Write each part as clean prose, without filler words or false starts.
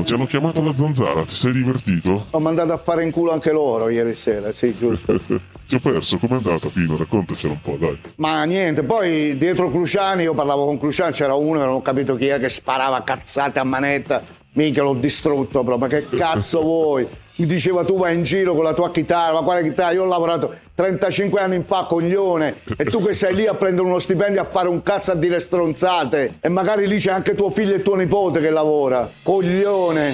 ti hanno chiamato la zanzara, ti sei divertito? Ho mandato a fare in culo anche loro ieri sera, sì, giusto. Ti ho perso, com'è andata Pino? Raccontacelo un po', dai. Ma niente, poi dietro Cruciani, io parlavo con Cruciani, c'era uno, non ho capito chi è, che sparava cazzate a manetta. Minchia, l'ho distrutto proprio, ma che cazzo vuoi? Mi diceva tu vai in giro con la tua chitarra, ma quale chitarra? Io ho lavorato 35 anni fa, coglione, e tu che sei lì a prendere uno stipendio a fare un cazzo a dire stronzate, e magari lì c'è anche tuo figlio e tuo nipote che lavora, coglione.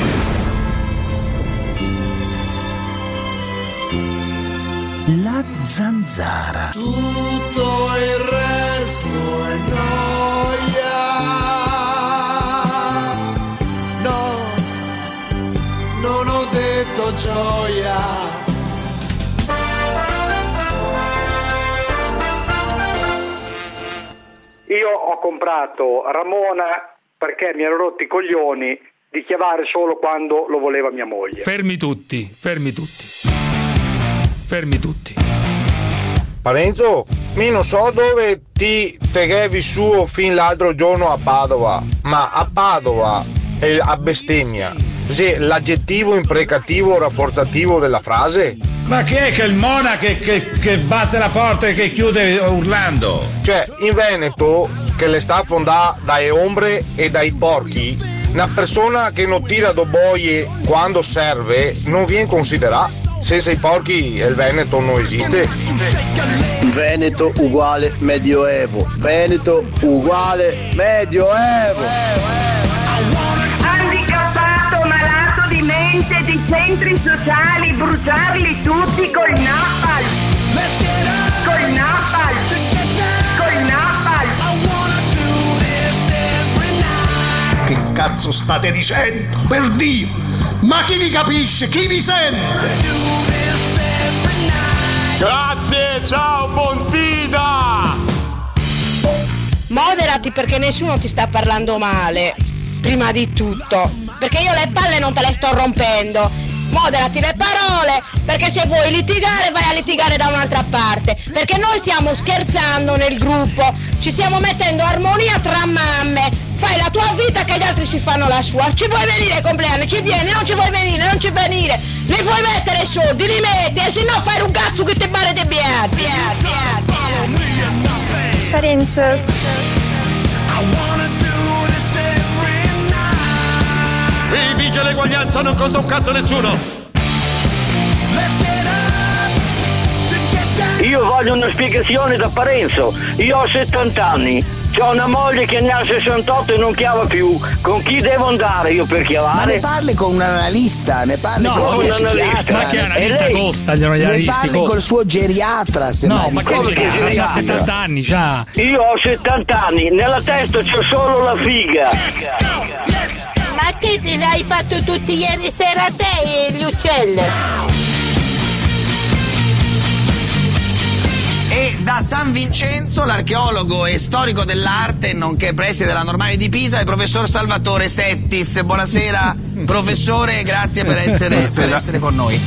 La zanzara. Tutto il resto è noia. No, non ho detto gioia. Io ho comprato Ramona perché mi ero rotti i coglioni di chiamare solo quando lo voleva mia moglie. Fermi tutti. Parenzo, io non so dove ti teghevi su fin l'altro giorno a Padova, ma a Padova è a bestemmia. Sì, l'aggettivo imprecativo rafforzativo della frase? Ma che è che il Mona che batte la porta e che chiude urlando? Cioè, in Veneto, che le sta affondata dalle ombre e dai porchi, una persona che non tira do boie quando serve non viene considerata. Senza i porchi il Veneto non esiste. Veneto uguale Medioevo. Veneto uguale Medioevo. Handicappato, malato di mente, di centri sociali, bruciarli tutti col napalm. Col napalm. Col napalm. Che cazzo state dicendo? Per Dio! Ma chi mi capisce? Chi mi sente? Grazie, ciao Pontida! Moderati perché nessuno ti sta parlando male, prima di tutto, perché io le palle non te le sto rompendo. Moderati le parole, perché se vuoi litigare vai a litigare da un'altra parte, perché noi stiamo scherzando nel gruppo, ci stiamo mettendo armonia tra mamme. Fai la tua vita che gli altri si fanno la sua. Ci vuoi venire ai compleanni? Ci vieni, non ci vuoi venire, non ci venire. Li vuoi mettere soldi, li metti, e se no fai un cazzo che ti pare di bianchi. Parenzo. Qui vige l'eguaglianza, non conta un cazzo nessuno. Io voglio una spiegazione da Parenzo. Io ho 70 anni. C'ho una moglie che ne ha 68 e non chiama più. Con chi devo andare io per chiamare? Ma ne parli con un analista, ne parli con il suo un analista. psichiatra. Ma che analista costa? Gli Ne analisti parli col suo geriatra, se No, mai ma che visto. ha 70 anni già. Io ho 70 anni, nella testa c'ho solo la figa. Ma che te l'hai fatto tutti ieri sera a te e gli uccelli? E da San Vincenzo, l'archeologo e storico dell'arte, nonché preside della Normale di Pisa, il professor Salvatore Settis. Buonasera professore, grazie per essere con noi.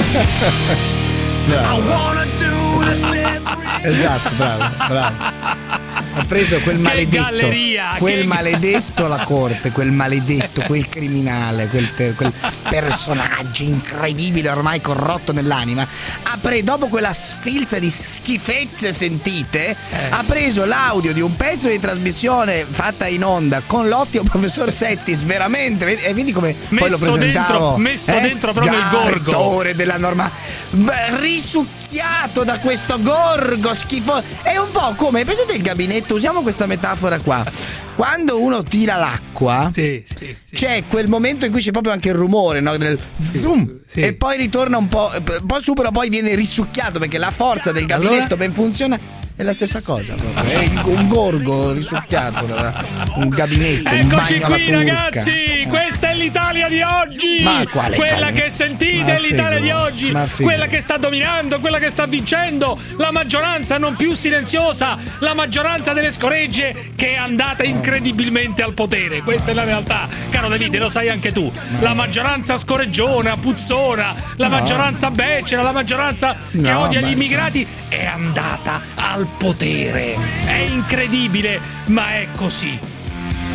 Esatto, bravo. Ha preso quel maledetto alla corte, quel maledetto, quel criminale, quel personaggio incredibile ormai corrotto nell'anima. Dopo quella sfilza di schifezze sentite, ha preso l'audio di un pezzo di trasmissione fatta in onda con l'ottimo professor Settis, veramente, e vedi come poi lo presentavo. Messo dentro proprio il gorgo. Rettore della Normale, risucchiato da questo gorgo schifoso. È un po' come, presente il gabinetto, usiamo questa metafora qua. Quando uno tira l'acqua, c'è quel momento in cui c'è proprio anche il rumore, no? Del zoom, e poi ritorna un po' supera, poi viene risucchiato perché la forza del gabinetto ben funziona. È la stessa cosa proprio. È un gorgo risucchiato da un gabinetto. Eccoci un qui ragazzi, questa è l'Italia di oggi. Ma quale quella Italia? che sentite è l'Italia di oggi, quella che sta dominando, quella che sta vincendo, la maggioranza non più silenziosa, la maggioranza delle scoregge che è andata incredibilmente al potere. Questa è la realtà, caro Davide, lo sai anche tu. La maggioranza scoreggiona, puzzona, la maggioranza becera, la maggioranza che odia gli immigrati è andata al potere. È incredibile, ma è così.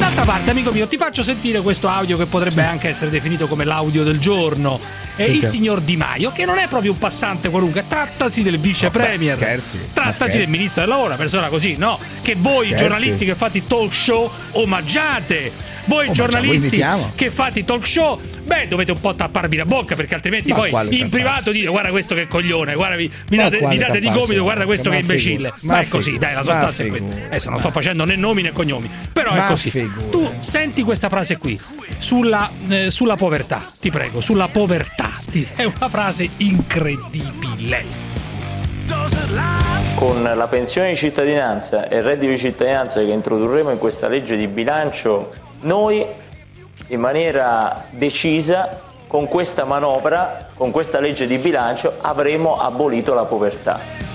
D'altra parte, amico mio, ti faccio sentire questo audio che potrebbe anche essere definito come l'audio del giorno. Il signor Di Maio, che non è proprio un passante qualunque, trattasi del vice premier, trattasi del ministro del lavoro, una persona così, no? Che voi giornalisti che fate i talk show omaggiate. Voi giornalisti che fate i talk show, dovete un po' tapparvi la bocca, perché altrimenti poi in privato dite guarda questo che coglione, guarda mi date di gomito, guarda questo che imbecille. Ma è così, dai, la sostanza è questa. Adesso non sto facendo né nomi né cognomi, però è così. Tu senti questa frase qui sulla povertà, ti prego, sulla povertà. È una frase incredibile. Con la pensione di cittadinanza e il reddito di cittadinanza che introdurremo in questa legge di bilancio, noi in maniera decisa con questa manovra, con questa legge di bilancio avremo abolito la povertà.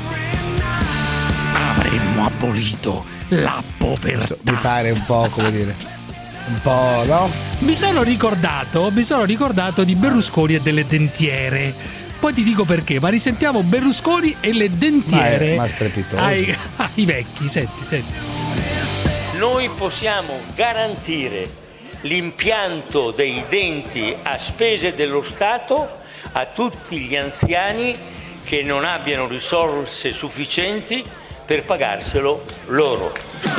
Avremmo abolito la povertà. Mi pare un po', come dire, un po', no? Mi sono ricordato di Berlusconi e delle dentiere. Poi ti dico perché, ma risentiamo Berlusconi e le dentiere. Ma strepitoso. Ai vecchi, senti. Noi possiamo garantire l'impianto dei denti a spese dello Stato a tutti gli anziani che non abbiano risorse sufficienti per pagarselo loro.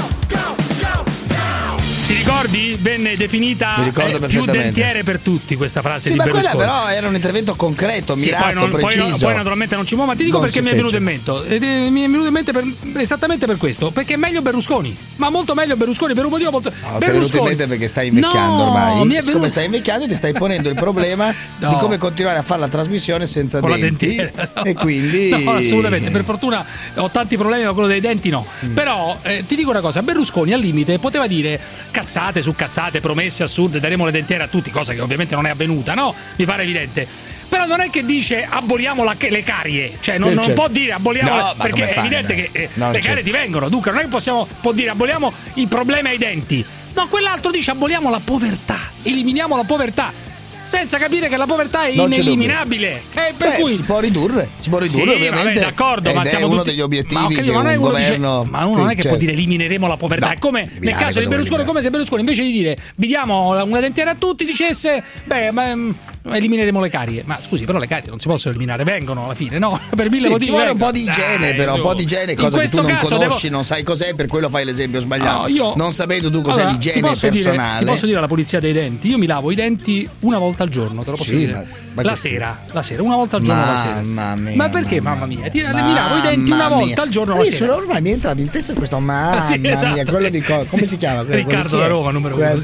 Ti ricordi? Venne definita più dentiere per tutti questa frase di Berlusconi. Ma quella però era un intervento concreto, mirato, preciso. Poi naturalmente non ci muovo, ma ti dico perché mi è venuto in mente. Mi è venuto in mente esattamente per questo, perché è meglio Berlusconi, ma molto meglio Berlusconi per un motivo molto. Berlusconi. Ti è venuto in mente perché stai invecchiando ormai. Siccome stai invecchiando ti stai ponendo il problema di come continuare a fare la trasmissione senza con denti. La dentiera, e quindi no, assolutamente, per fortuna ho tanti problemi, ma quello dei denti no. Però ti dico una cosa, Berlusconi al limite poteva dire cazzate su cazzate, promesse assurde, daremo le dentiere a tutti, cosa che ovviamente non è avvenuta, no? Mi pare evidente. Però non è che dice aboliamo le carie, cioè non può dire aboliamo, perché è evidente che le carie ti vengono, dunque non è che può dire aboliamo i problemi ai denti. No, quell'altro dice aboliamo la povertà, eliminiamo la povertà. Senza capire che la povertà è ineliminabile. Per cui si può ridurre sì, ovviamente. Vabbè, d'accordo, ma siamo uno tutti degli obiettivi che un governo dice, ma uno non è che può dire elimineremo la povertà. È come nel caso di Berlusconi, come se Berlusconi invece di dire vi diamo una dentiera a tutti dicesse elimineremo le carie. Ma scusi, però le carie non si possono eliminare, vengono alla fine, no? Per mille motivi. Ci vuole un po' di igiene, però un po' di igiene, cosa che tu non conosci, non sai cos'è, per quello fai l'esempio sbagliato. Non sapendo tu cos'è l'igiene personale. Ti posso dire la pulizia dei denti? Io mi lavo i denti una volta al giorno, te lo posso dire. La sera, una volta al giorno la sera. Ma perché mamma mia? Mi lavo i denti una volta al giorno la sera. Ormai mi è entrato in testa questo mia, quello di come si chiama? Riccardo da Roma, numero 1.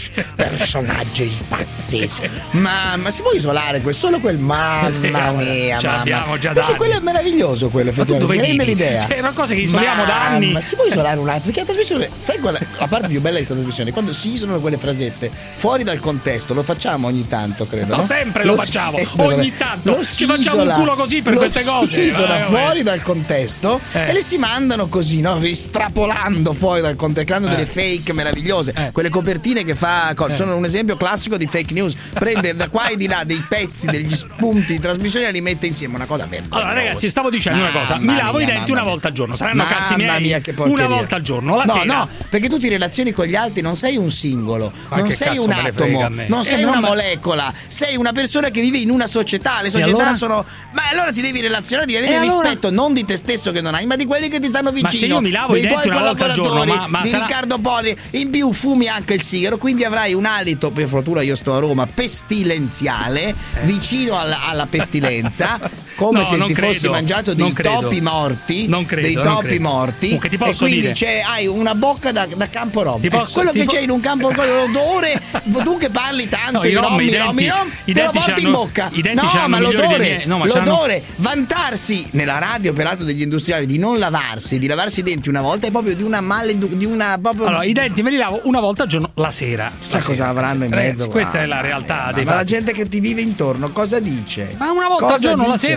Personaggio pazzesco. Ma si può isolare solo quel mamma mia, ce l'abbiamo già perché quello è meraviglioso, quello effettivamente. Rende l'idea. C'è una cosa che isoliamo da anni. Ma si può isolare un attimo? Perché la trasmissione, sai qual è la parte più bella di questa trasmissione? Quando si isolano quelle frasette fuori dal contesto, lo facciamo ogni tanto, credo. No, sempre lo facciamo, ogni tanto ci facciamo un culo così per queste cose. Si isola fuori dal contesto e le si mandano così, no? Strapolando fuori dal contesto, creando delle fake meravigliose. Quelle copertine che fa sono un esempio classico di fake news. Prende da qua e di là dei pezzi, degli spunti di trasmissione e li mette insieme, una cosa vergognosa. Allora ragazzi, stavo dicendo una cosa, mi lavo i denti una volta al giorno, saranno cazzi miei, una volta al giorno, la sera. No, perché tu ti relazioni con gli altri, non sei un singolo, non sei un atomo, non sei una molecola, sei una persona che vive in una società. Le società sono. Ma allora ti devi relazionare, devi avere rispetto non di te stesso che non hai, ma di quelli che ti stanno vicino. Ma se io mi lavo i denti una volta al giorno, di Riccardo Poli, in più fumi anche il sigaro, quindi avrai un alito, per fortuna io sto a Roma, pestilenziale, vicino alla pestilenza, come se ti fossi mangiato dei topi morti. Dei topi morti. Che ti posso e quindi dire? hai una bocca da campo rom. Quello che c'è in un campo rom, l'odore, tu che parli tanto, te lo porti in bocca. No, ma l'odore, vantarsi nella radio operato degli industriali di non lavarsi, di lavarsi i denti una volta è proprio di una proprio. Allora, i denti me li lavo una volta al giorno la sera. Sa cosa avranno in mezzo? Questa è la realtà dei fatti. Ma la gente che ti vive intorno cosa dice? Ma una volta al giorno la sera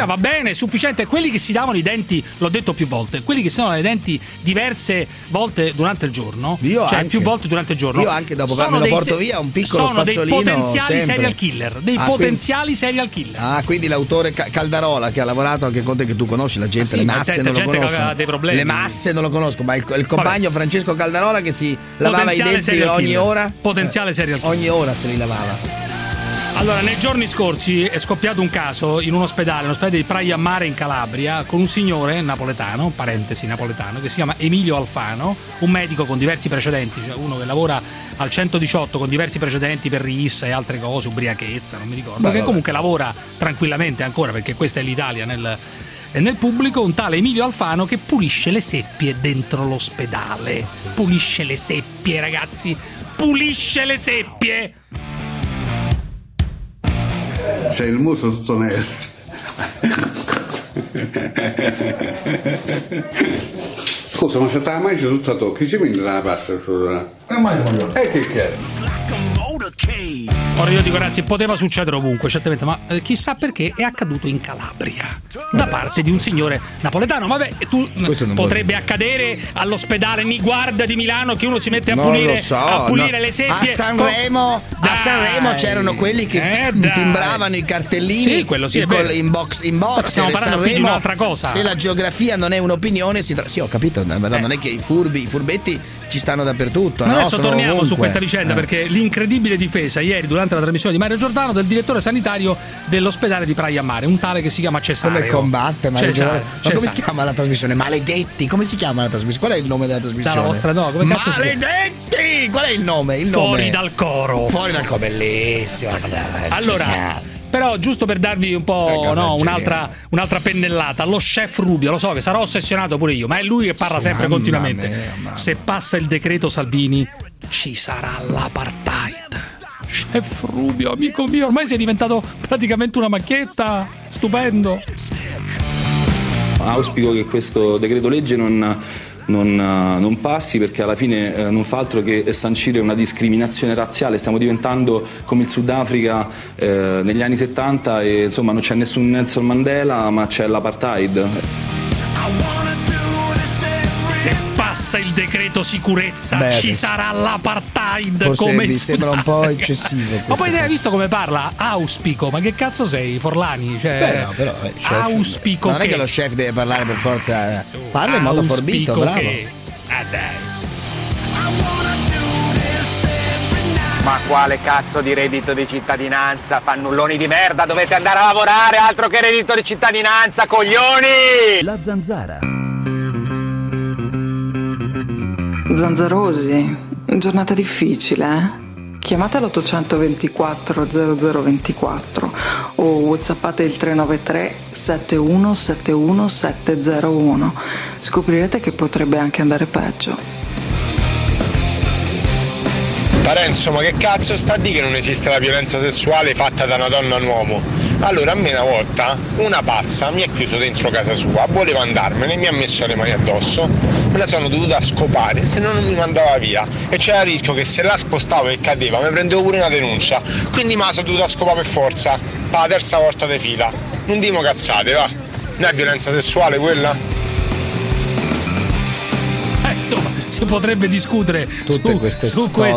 Cioè va bene, è sufficiente. Quelli che si davano i denti, l'ho detto più volte, quelli che si davano i denti diverse volte durante il giorno, più volte durante il giorno. Io anche dopo me lo porto via un piccolo spazzolino. Sono dei potenziali sempre. serial killer, potenziali serial killer. Ah, quindi l'autore Caldarola che ha lavorato anche con te, che tu conosci, la gente, le masse non lo conoscono. Dei problemi. Le masse non lo conosco, ma il compagno Francesco Caldarola che si lavava i denti ogni ora. Potenziale serial killer. Ogni ora se li lavava. Allora, nei giorni scorsi è scoppiato un caso in un ospedale di Praia Mare in Calabria, con un signore napoletano, parentesi napoletano, che si chiama Emilio Alfano, un medico con diversi precedenti, cioè uno che lavora al 118 con diversi precedenti per rissa e altre cose, ubriachezza, non mi ricordo, che comunque lavora tranquillamente ancora, perché questa è l'Italia nel pubblico, un tale Emilio Alfano che pulisce le seppie dentro l'ospedale. Pulisce le seppie, ragazzi, pulisce le seppie. C'è il muso tutto nero. Scusa, ma se te la mangi tutta a tocchi, ci prendi la pasta? E che cazzo? Ora io dico, ragazzi, poteva succedere ovunque, certamente, ma chissà perché è accaduto in Calabria da parte di un signore napoletano. Vabbè, potrebbe accadere all'ospedale Niguarda di Milano, che uno si mette a pulire le seppie. A Sanremo c'erano quelli che timbravano i cartellini, quello sì, in box. Stiamo parlando qui di un'altra cosa. Se la geografia non è un'opinione, sì, ho capito, però non è che i furbetti ci stanno dappertutto. Adesso torniamo ovunque su questa vicenda, perché l'incredibile difesa ieri durante la trasmissione di Mario Giordano del direttore sanitario dell'ospedale di Praia Mare, un tale che si chiama Cesareo. Come combatte Mario Giordano? Ma come si chiama la trasmissione? Maledetti, come si chiama la trasmissione? Qual è il nome della trasmissione? La vostra no, come cazzo Maledetti! Qual è il nome? Fuori dal coro. Fuori dal coro, bellissima. Allora, però giusto per darvi un po' un'altra pennellata, lo chef Rubio, lo so che sarò ossessionato pure io, ma è lui che parla sempre continuamente. Se passa il decreto Salvini ci sarà l'apartheid. Chef Rubio, amico mio, ormai sei diventato praticamente una macchietta. Stupendo. Auspico che questo decreto legge non passi, perché alla fine non fa altro che sancire una discriminazione razziale. Stiamo diventando come il Sudafrica negli anni 70 e insomma non c'è nessun Nelson Mandela, ma c'è l'apartheid. Se passa il decreto sicurezza ci sarà l'apartheid. Forse come mi sembra un po' eccessivo. Ma poi hai visto come parla? Auspico, ma che cazzo sei, Forlani? No, però chef, auspico non è che lo chef deve parlare per forza, parla in modo forbito, bravo. Dai. Ma quale cazzo di reddito di cittadinanza? Fannulloni di merda, dovete andare a lavorare, altro che reddito di cittadinanza, coglioni! La Zanzara. Zanzarosi, giornata difficile, eh? Chiamate l'824 0024 o whatsappate il 393 7171 701. Scoprirete che potrebbe anche andare peggio. Parenzo, ma che cazzo sta a dire che non esiste la violenza sessuale fatta da una donna a un uomo? Allora, a me una volta una pazza mi ha chiuso dentro casa sua, voleva andarmene, mi ha messo le mani addosso, me la sono dovuta scopare, se no non mi mandava via. E c'era il rischio che se la spostavo e cadeva mi prendevo pure una denuncia. Quindi me la sono dovuta scopare per forza, per la terza volta di fila. Non dimo cazzate, va. Non è violenza sessuale quella? Insomma, si potrebbe discutere tutte queste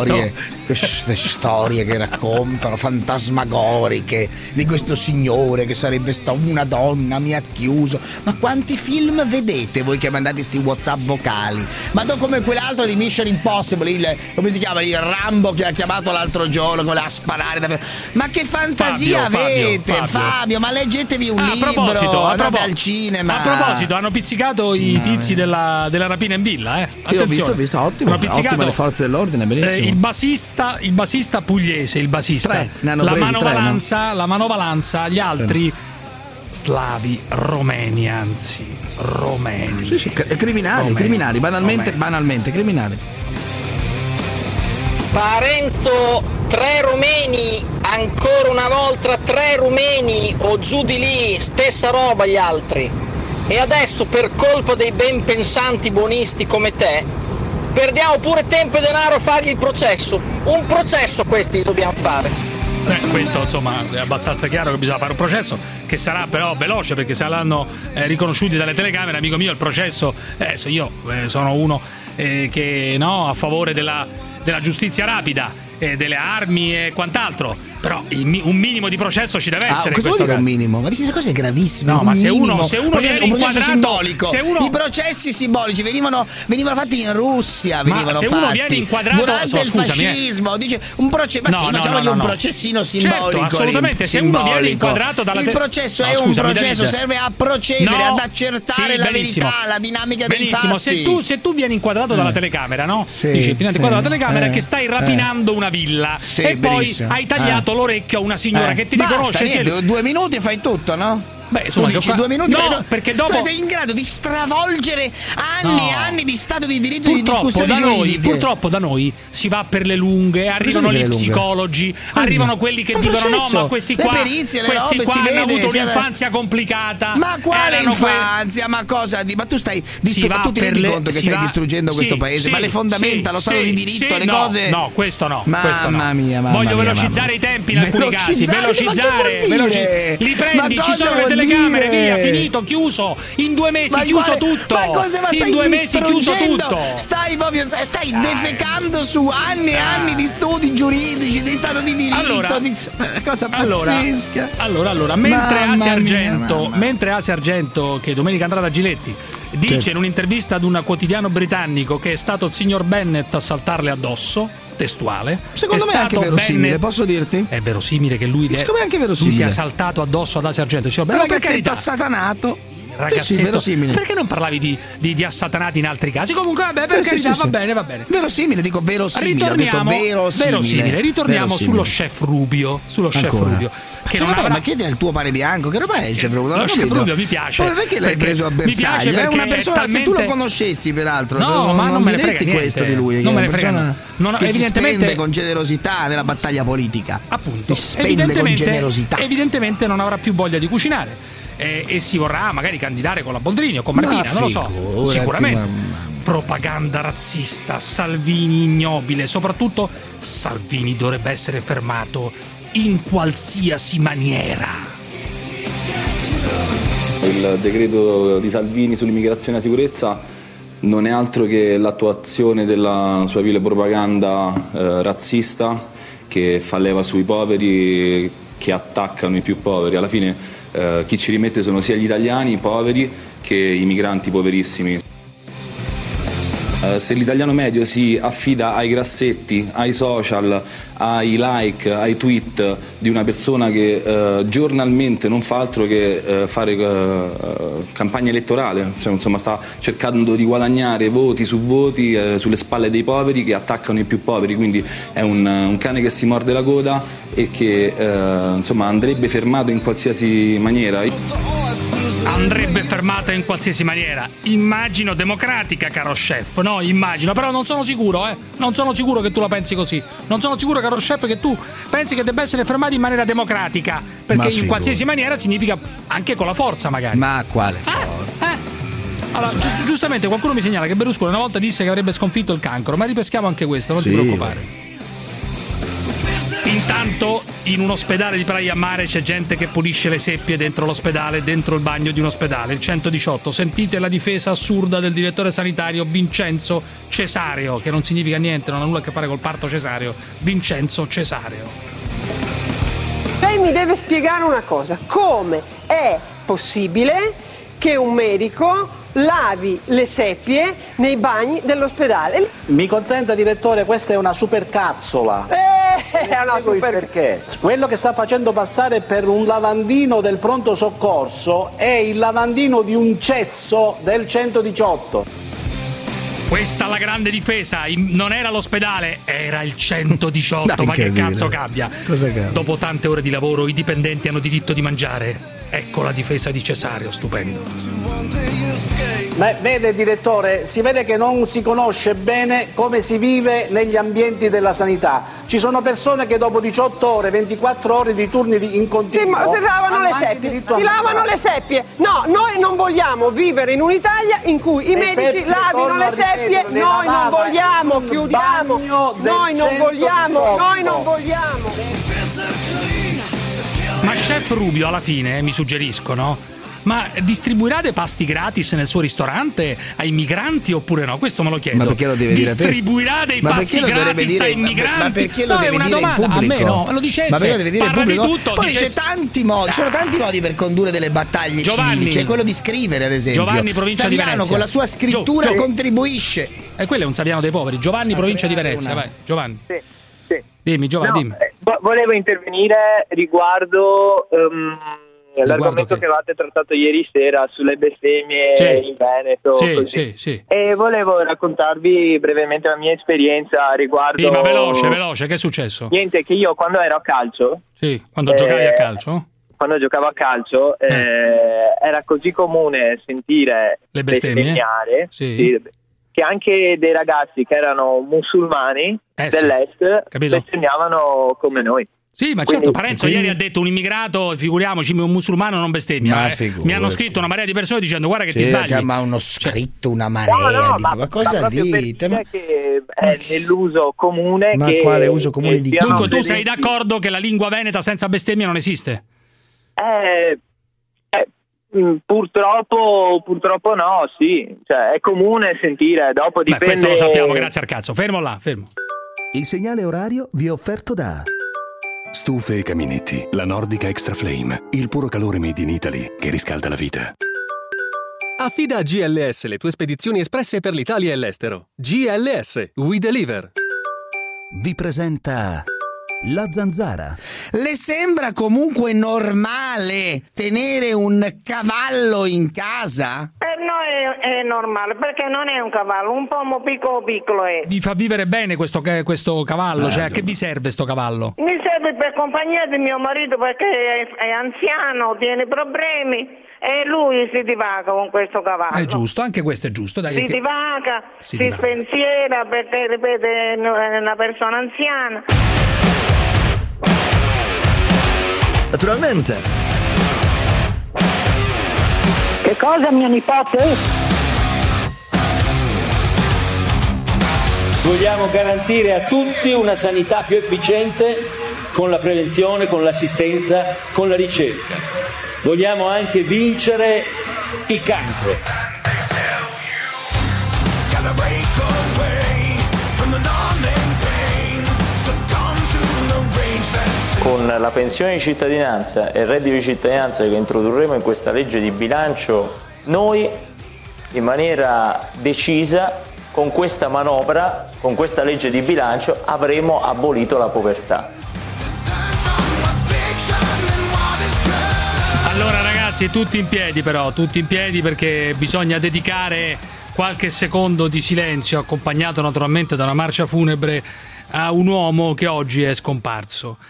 storie che raccontano fantasmagoriche di questo signore che sarebbe una donna, mi ha chiuso. Ma quanti film vedete voi che mandate sti WhatsApp vocali? Ma come quell'altro di Mission Impossible, come si chiama? Il Rambo che ha chiamato l'altro giorno, che voleva sparare davvero. Ma che fantasia avete? Fabio, ma leggetevi un libro, andate al cinema. A proposito, hanno pizzicato i tizi della rapina in villa, Sì, ho visto, ottimo le forze dell'ordine, benissimo. Il basista pugliese, la manovalanza, gli altri slavi romeni, Sì, criminali, banalmente criminali. Parenzo, 3 rumeni, ancora una volta 3 rumeni o giù di lì, stessa roba gli altri. E adesso per colpa dei ben pensanti buonisti come te perdiamo pure tempo e denaro a fargli il processo. Un processo questi dobbiamo fare. Questo insomma è abbastanza chiaro che bisogna fare un processo che sarà però veloce, perché se l'hanno riconosciuti dalle telecamere, amico mio, il processo io sono uno che a favore della giustizia rapida, delle armi e quant'altro, però un minimo di processo ci deve essere. Questo è un minimo, ma queste cose gravissime. No, ma se uno viene inquadrato simbolico, i processi simbolici venivano fatti in Russia, venivano uno viene inquadrato durante il fascismo, dice un processo, facciamogli un processino simbolico. Certo, assolutamente, se uno viene inquadrato dalla il processo è un processo, serve a procedere, ad accertare la verità, la dinamica dei fatti. Se tu vieni inquadrato dalla telecamera, no? Dici, inquadrato dalla telecamera che stai rapinando una villa e poi hai tagliato l'orecchio a una signora che ti riconosce. 2 minuti e fai tutto, no? Beh, insomma, 2 minuti perché dopo sei in grado di stravolgere anni e anni di stato di diritto e di discussioni giuridiche. Purtroppo da noi si va per le lunghe, arrivano gli psicologi, arrivano quelli che dicono no, ma questi qua hanno avuto un'infanzia complicata. Ma quale infanzia? Ma cosa? Ma tu stai tu ti rendi conto che stai distruggendo questo paese? Ma le fondamenta, lo stato di diritto, le cose. No, questo no. Mamma mia, voglio velocizzare i tempi in alcuni casi. Velocizzare. Li prendi, ci sono le telecamere, via, finito, chiuso. In 2 mesi chiuso tutto. Ma cosa? Ma in 2 mesi chiuso tutto. Stai defecando su anni e anni di studi giuridici, di stato di diritto. Cosa pazzesca. Allora, mentre Asia Argento, che domenica andrà da Giletti, dice in un'intervista ad un quotidiano britannico che è stato il signor Bennett a saltarle addosso, testuale. Secondo me è anche verosimile, posso dirti? È verosimile che lui sia saltato addosso ad Asia Argento. Un ragazzetto assatanato. Ragazzetto, perché non parlavi di assatanati in altri casi? Comunque vabbè, per carità, va bene. Verosimile, dico verosimile. Ritorniamo sullo chef Rubio. Che non avrà... Ma chiedi al tuo pane bianco, che roba è il chef Rubio? Lo chef Rubio mi piace. Ma perché l'hai preso a bersaglio? È una persona, se tu lo conoscessi peraltro, non me ne frega questo di lui. Non me ne frega. Che si spende con generosità nella battaglia politica. Appunto. Si spende con generosità. Evidentemente non avrà più voglia di cucinare. E si vorrà magari candidare con la Boldrini o con Martina, non lo so. Sicuramente. Propaganda razzista, Salvini ignobile, soprattutto Salvini dovrebbe essere fermato in qualsiasi maniera. Il decreto di Salvini sull'immigrazione e la sicurezza non è altro che l'attuazione della sua vile propaganda razzista che fa leva sui poveri, che attaccano i più poveri. Alla fine chi ci rimette sono sia gli italiani poveri che i migranti poverissimi. Se l'italiano medio si affida ai grassetti, ai social, ai like, ai tweet di una persona che giornalmente non fa altro che fare campagna elettorale, insomma sta cercando di guadagnare voti su voti sulle spalle dei poveri che attaccano i più poveri, quindi è un cane che si morde la coda e che insomma andrebbe fermato in qualsiasi maniera. Andrebbe fermata in qualsiasi maniera, immagino democratica, caro chef, no? Immagino, però non sono sicuro, non sono sicuro che tu la pensi così, non sono sicuro, caro chef, che tu pensi che debba essere fermato in maniera democratica, perché in qualsiasi maniera significa anche con la forza magari. Ma quale forza? Allora, giustamente qualcuno mi segnala che Berlusconi una volta disse che avrebbe sconfitto il cancro, ma ripeschiamo anche questo, non ti preoccupare. Intanto in un ospedale di Praia a Mare c'è gente che pulisce le seppie dentro l'ospedale, dentro il bagno di un ospedale. Il 118, sentite la difesa assurda del direttore sanitario Vincenzo Cesareo, che non significa niente, non ha nulla a che fare col parto cesareo. Vincenzo Cesareo. Lei mi deve spiegare una cosa: come è possibile che un medico lavi le seppie nei bagni dell'ospedale? Mi consenta, direttore, questa è una supercazzola. È una super... Perché? Quello che sta facendo passare per un lavandino del pronto soccorso è il lavandino di un cesso del 118. Questa è la grande difesa, non era l'ospedale, era il 118, ma che cazzo cambia? Dopo tante ore di lavoro i dipendenti hanno diritto di mangiare. Ecco la difesa di Cesareo, stupendo. Beh, vede direttore, si vede che non si conosce bene come si vive negli ambienti della sanità. Ci sono persone che dopo 18 ore, 24 ore di turni in continuo sì, ma si lavano le seppie. Si lavano le seppie. No, noi non vogliamo vivere in un'Italia in cui i medici lavino le seppie. Noi non vogliamo, chiudiamo. Noi non vogliamo. Ma Chef Rubio alla fine, mi suggeriscono, ma distribuirà dei pasti gratis nel suo ristorante ai migranti oppure no? Questo me lo chiedo. Ma perché lo deve dire a te? Distribuirà dei pasti gratis ai migranti? Ma perché lo deve dire in pubblico? A me no, lo dicesse. Ma perché lo deve dire in Parla pubblico? di tutto, Poi dicesse... ci sono tanti modi per condurre delle battaglie civili. C'è quello di scrivere, ad esempio. Giovanni, provincia Saviano, di Venezia. con la sua scrittura contribuisce. E quello è un Saviano dei poveri. Giovanni, provincia di Venezia. Vai, Giovanni. Sì. Dimmi, Giovanni, dimmi. Volevo intervenire riguardo l'argomento che avevate trattato ieri sera sulle bestemmie in Veneto. Sì. E volevo raccontarvi brevemente la mia esperienza riguardo... Sì, ma veloce, che è successo? Niente, che io quando ero a calcio... Sì, quando giocavi a calcio? Quando giocavo a calcio era così comune sentire le bestemmiare, che anche dei ragazzi che erano musulmani dell'est bestemmiavano come noi. Sì, ma certo, Parenzo ieri ha detto un immigrato, figuriamoci, un musulmano non bestemmia. Mi hanno scritto una marea di persone dicendo guarda che ti sbagli. Ma uno scritto, una marea ma cosa dite? Ma che è nell'uso comune. Ma quale uso comune di chi? Dunque tu sei d'accordo che la lingua veneta senza bestemmia non esiste? Purtroppo no, sì. Cioè, è comune sentire, dopo dipende... questo lo sappiamo, grazie al cazzo. Fermo là, fermo. Il segnale orario vi è offerto da... Stufe e caminetti, la Nordica Extra Flame, il puro calore made in Italy che riscalda la vita. Affida a GLS le tue spedizioni espresse per l'Italia e l'estero. GLS, we deliver. Vi presenta La Zanzara. Le sembra comunque normale tenere un cavallo in casa? Per noi è normale, perché non è un cavallo, un po' piccolo è. Vi fa vivere bene questo cavallo? Cioè, a che vi serve sto cavallo? Mi serve per compagnia di mio marito perché è anziano, tiene problemi e lui si divaga con questo cavallo. È giusto, anche questo è giusto. Dai, divaga, si spensiera perché, ripeto, è una persona anziana. Naturalmente. Che cosa, mio nipote? Vogliamo garantire a tutti una sanità più efficiente con la prevenzione, con l'assistenza, con la ricerca. Vogliamo anche vincere il cancro. Con la pensione di cittadinanza e il reddito di cittadinanza che introdurremo in questa legge di bilancio, noi in maniera decisa con questa manovra, con questa legge di bilancio avremo abolito la povertà. Allora ragazzi, tutti in piedi però, tutti in piedi perché bisogna dedicare qualche secondo di silenzio accompagnato naturalmente da una marcia funebre a un uomo che oggi è scomparso.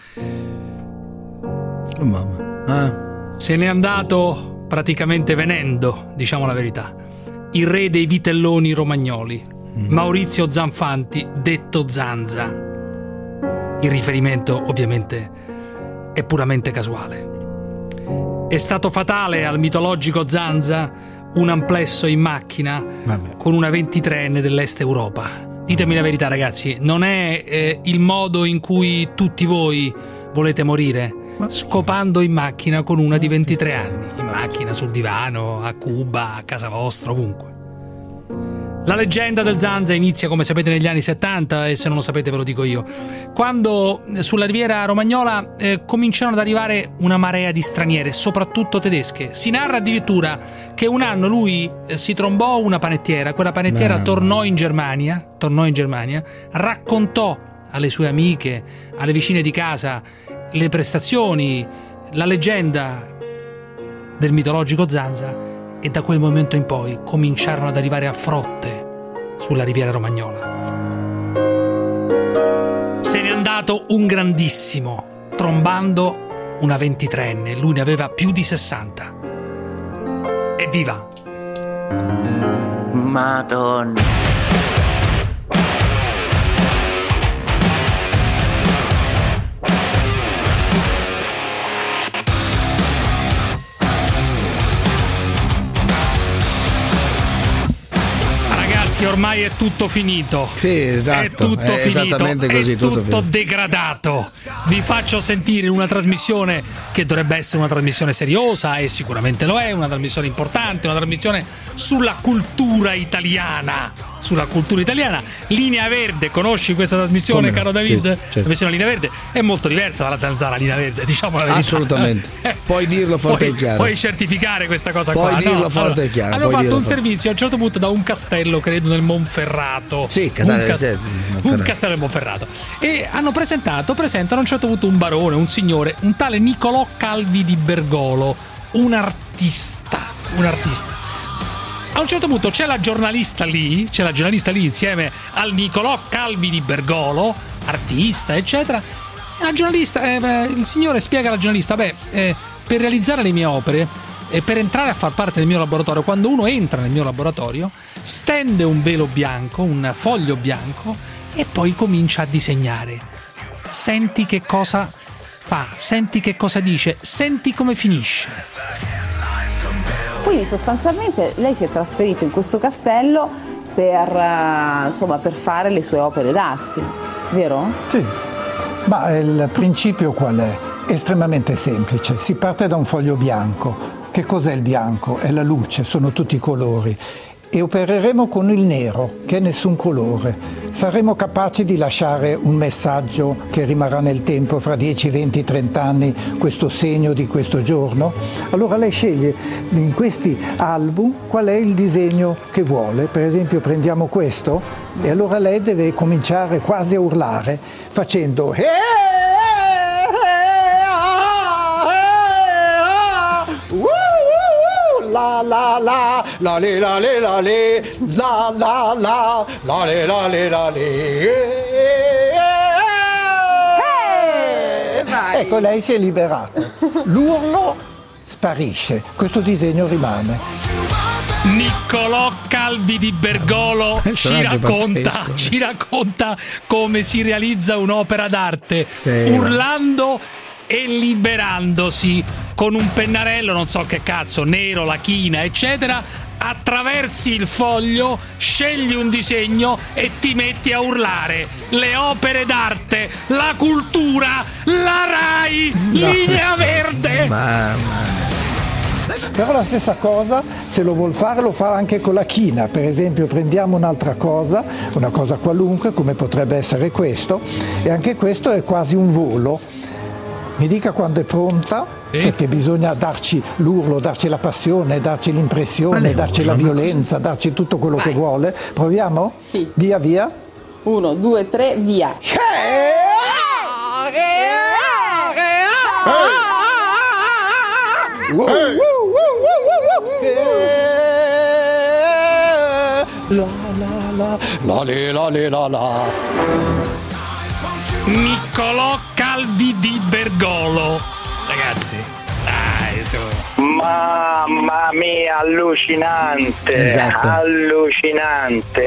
Oh mamma. Se n'è andato praticamente venendo, diciamo la verità, il re dei vitelloni romagnoli, Maurizio Zanfanti, detto Zanza. Il riferimento ovviamente è puramente casuale. È stato fatale al mitologico Zanza un amplesso in macchina con una 23enne dell'Est Europa. Ditemi la verità ragazzi, non è il modo in cui tutti voi volete morire? Scopando in macchina con una di 23 anni, in macchina, sul divano, a Cuba, a casa vostra, ovunque. La leggenda del Zanza inizia, come sapete, negli anni 70 e se non lo sapete ve lo dico io, quando sulla riviera romagnola cominciarono ad arrivare una marea di straniere, soprattutto tedesche. Si narra addirittura che un anno lui si trombò una panettiera, quella panettiera tornò in Germania, raccontò alle sue amiche, alle vicine di casa le prestazioni, la leggenda del mitologico Zanza, e da quel momento in poi cominciarono ad arrivare a frotte sulla riviera romagnola. Se n'è andato un grandissimo, trombando una 23enne, lui ne aveva più di 60. Evviva! Madonna. ormai è tutto finito. Sì, esatto. È tutto finito. Esattamente così. È tutto degradato. Vi faccio sentire una trasmissione che dovrebbe essere una trasmissione seriosa, e sicuramente lo è, una trasmissione importante, una trasmissione sulla cultura italiana. Linea Verde, conosci questa trasmissione, caro David? Certo. La trasmissione Linea Verde è molto diversa dalla Zanzara Linea Verde, diciamo la verità. Assolutamente. Puoi dirlo forte e chiaro. Puoi certificare questa cosa puoi qua. Dirlo forte e chiaro. Hanno fatto un servizio a un certo punto da un castello, credo nel Monferrato. Sì, un castello del Monferrato. E presentano a un certo punto un barone, un signore, un tale Niccolò Calvi di Bergolo, un artista. A un certo punto c'è la giornalista lì insieme al Niccolò Calvi di Bergolo, artista, eccetera. E la giornalista, il signore spiega alla giornalista: per realizzare le mie opere e per entrare a far parte del mio laboratorio, quando uno entra nel mio laboratorio, stende un velo bianco, un foglio bianco, e poi comincia a disegnare. Senti che cosa fa, senti che cosa dice, senti come finisce. Quindi sostanzialmente lei si è trasferito in questo castello per fare le sue opere d'arte, vero? Sì, ma il principio qual è? Estremamente semplice, si parte da un foglio bianco. Che cos'è il bianco? È la luce, sono tutti i colori. E opereremo con il nero, che è nessun colore. Saremo capaci di lasciare un messaggio che rimarrà nel tempo, fra 10, 20, 30 anni, questo segno di questo giorno? Allora lei sceglie in questi album qual è il disegno che vuole. Per esempio prendiamo questo, e allora lei deve cominciare quasi a urlare facendo la la la la le la le la le la la la la le la le la le. Ecco, lei si è liberata. L'urlo sparisce, questo disegno rimane. Niccolò Calvi di Bergolo ci racconta come si realizza un'opera d'arte, urlando e liberandosi con un pennarello, non so che cazzo, nero, la china, eccetera. Attraversi il foglio, scegli un disegno e ti metti a urlare. Le opere d'arte, la cultura, la Rai, Linea Verde. Però la stessa cosa, se lo vuol fare, lo fa anche con la china. Per esempio prendiamo un'altra cosa, una cosa qualunque, come potrebbe essere questo, e anche questo è quasi un volo. Mi dica quando è pronta, perché bisogna darci l'urlo, darci la passione, darci l'impressione, darci la violenza, darci tutto quello che vuole. Proviamo? Sì. Via via. 1, 2, 3, via. La. Niccolò Calvi di Bergolo, ragazzi, dai, su. Mamma mia, allucinante, esatto. allucinante.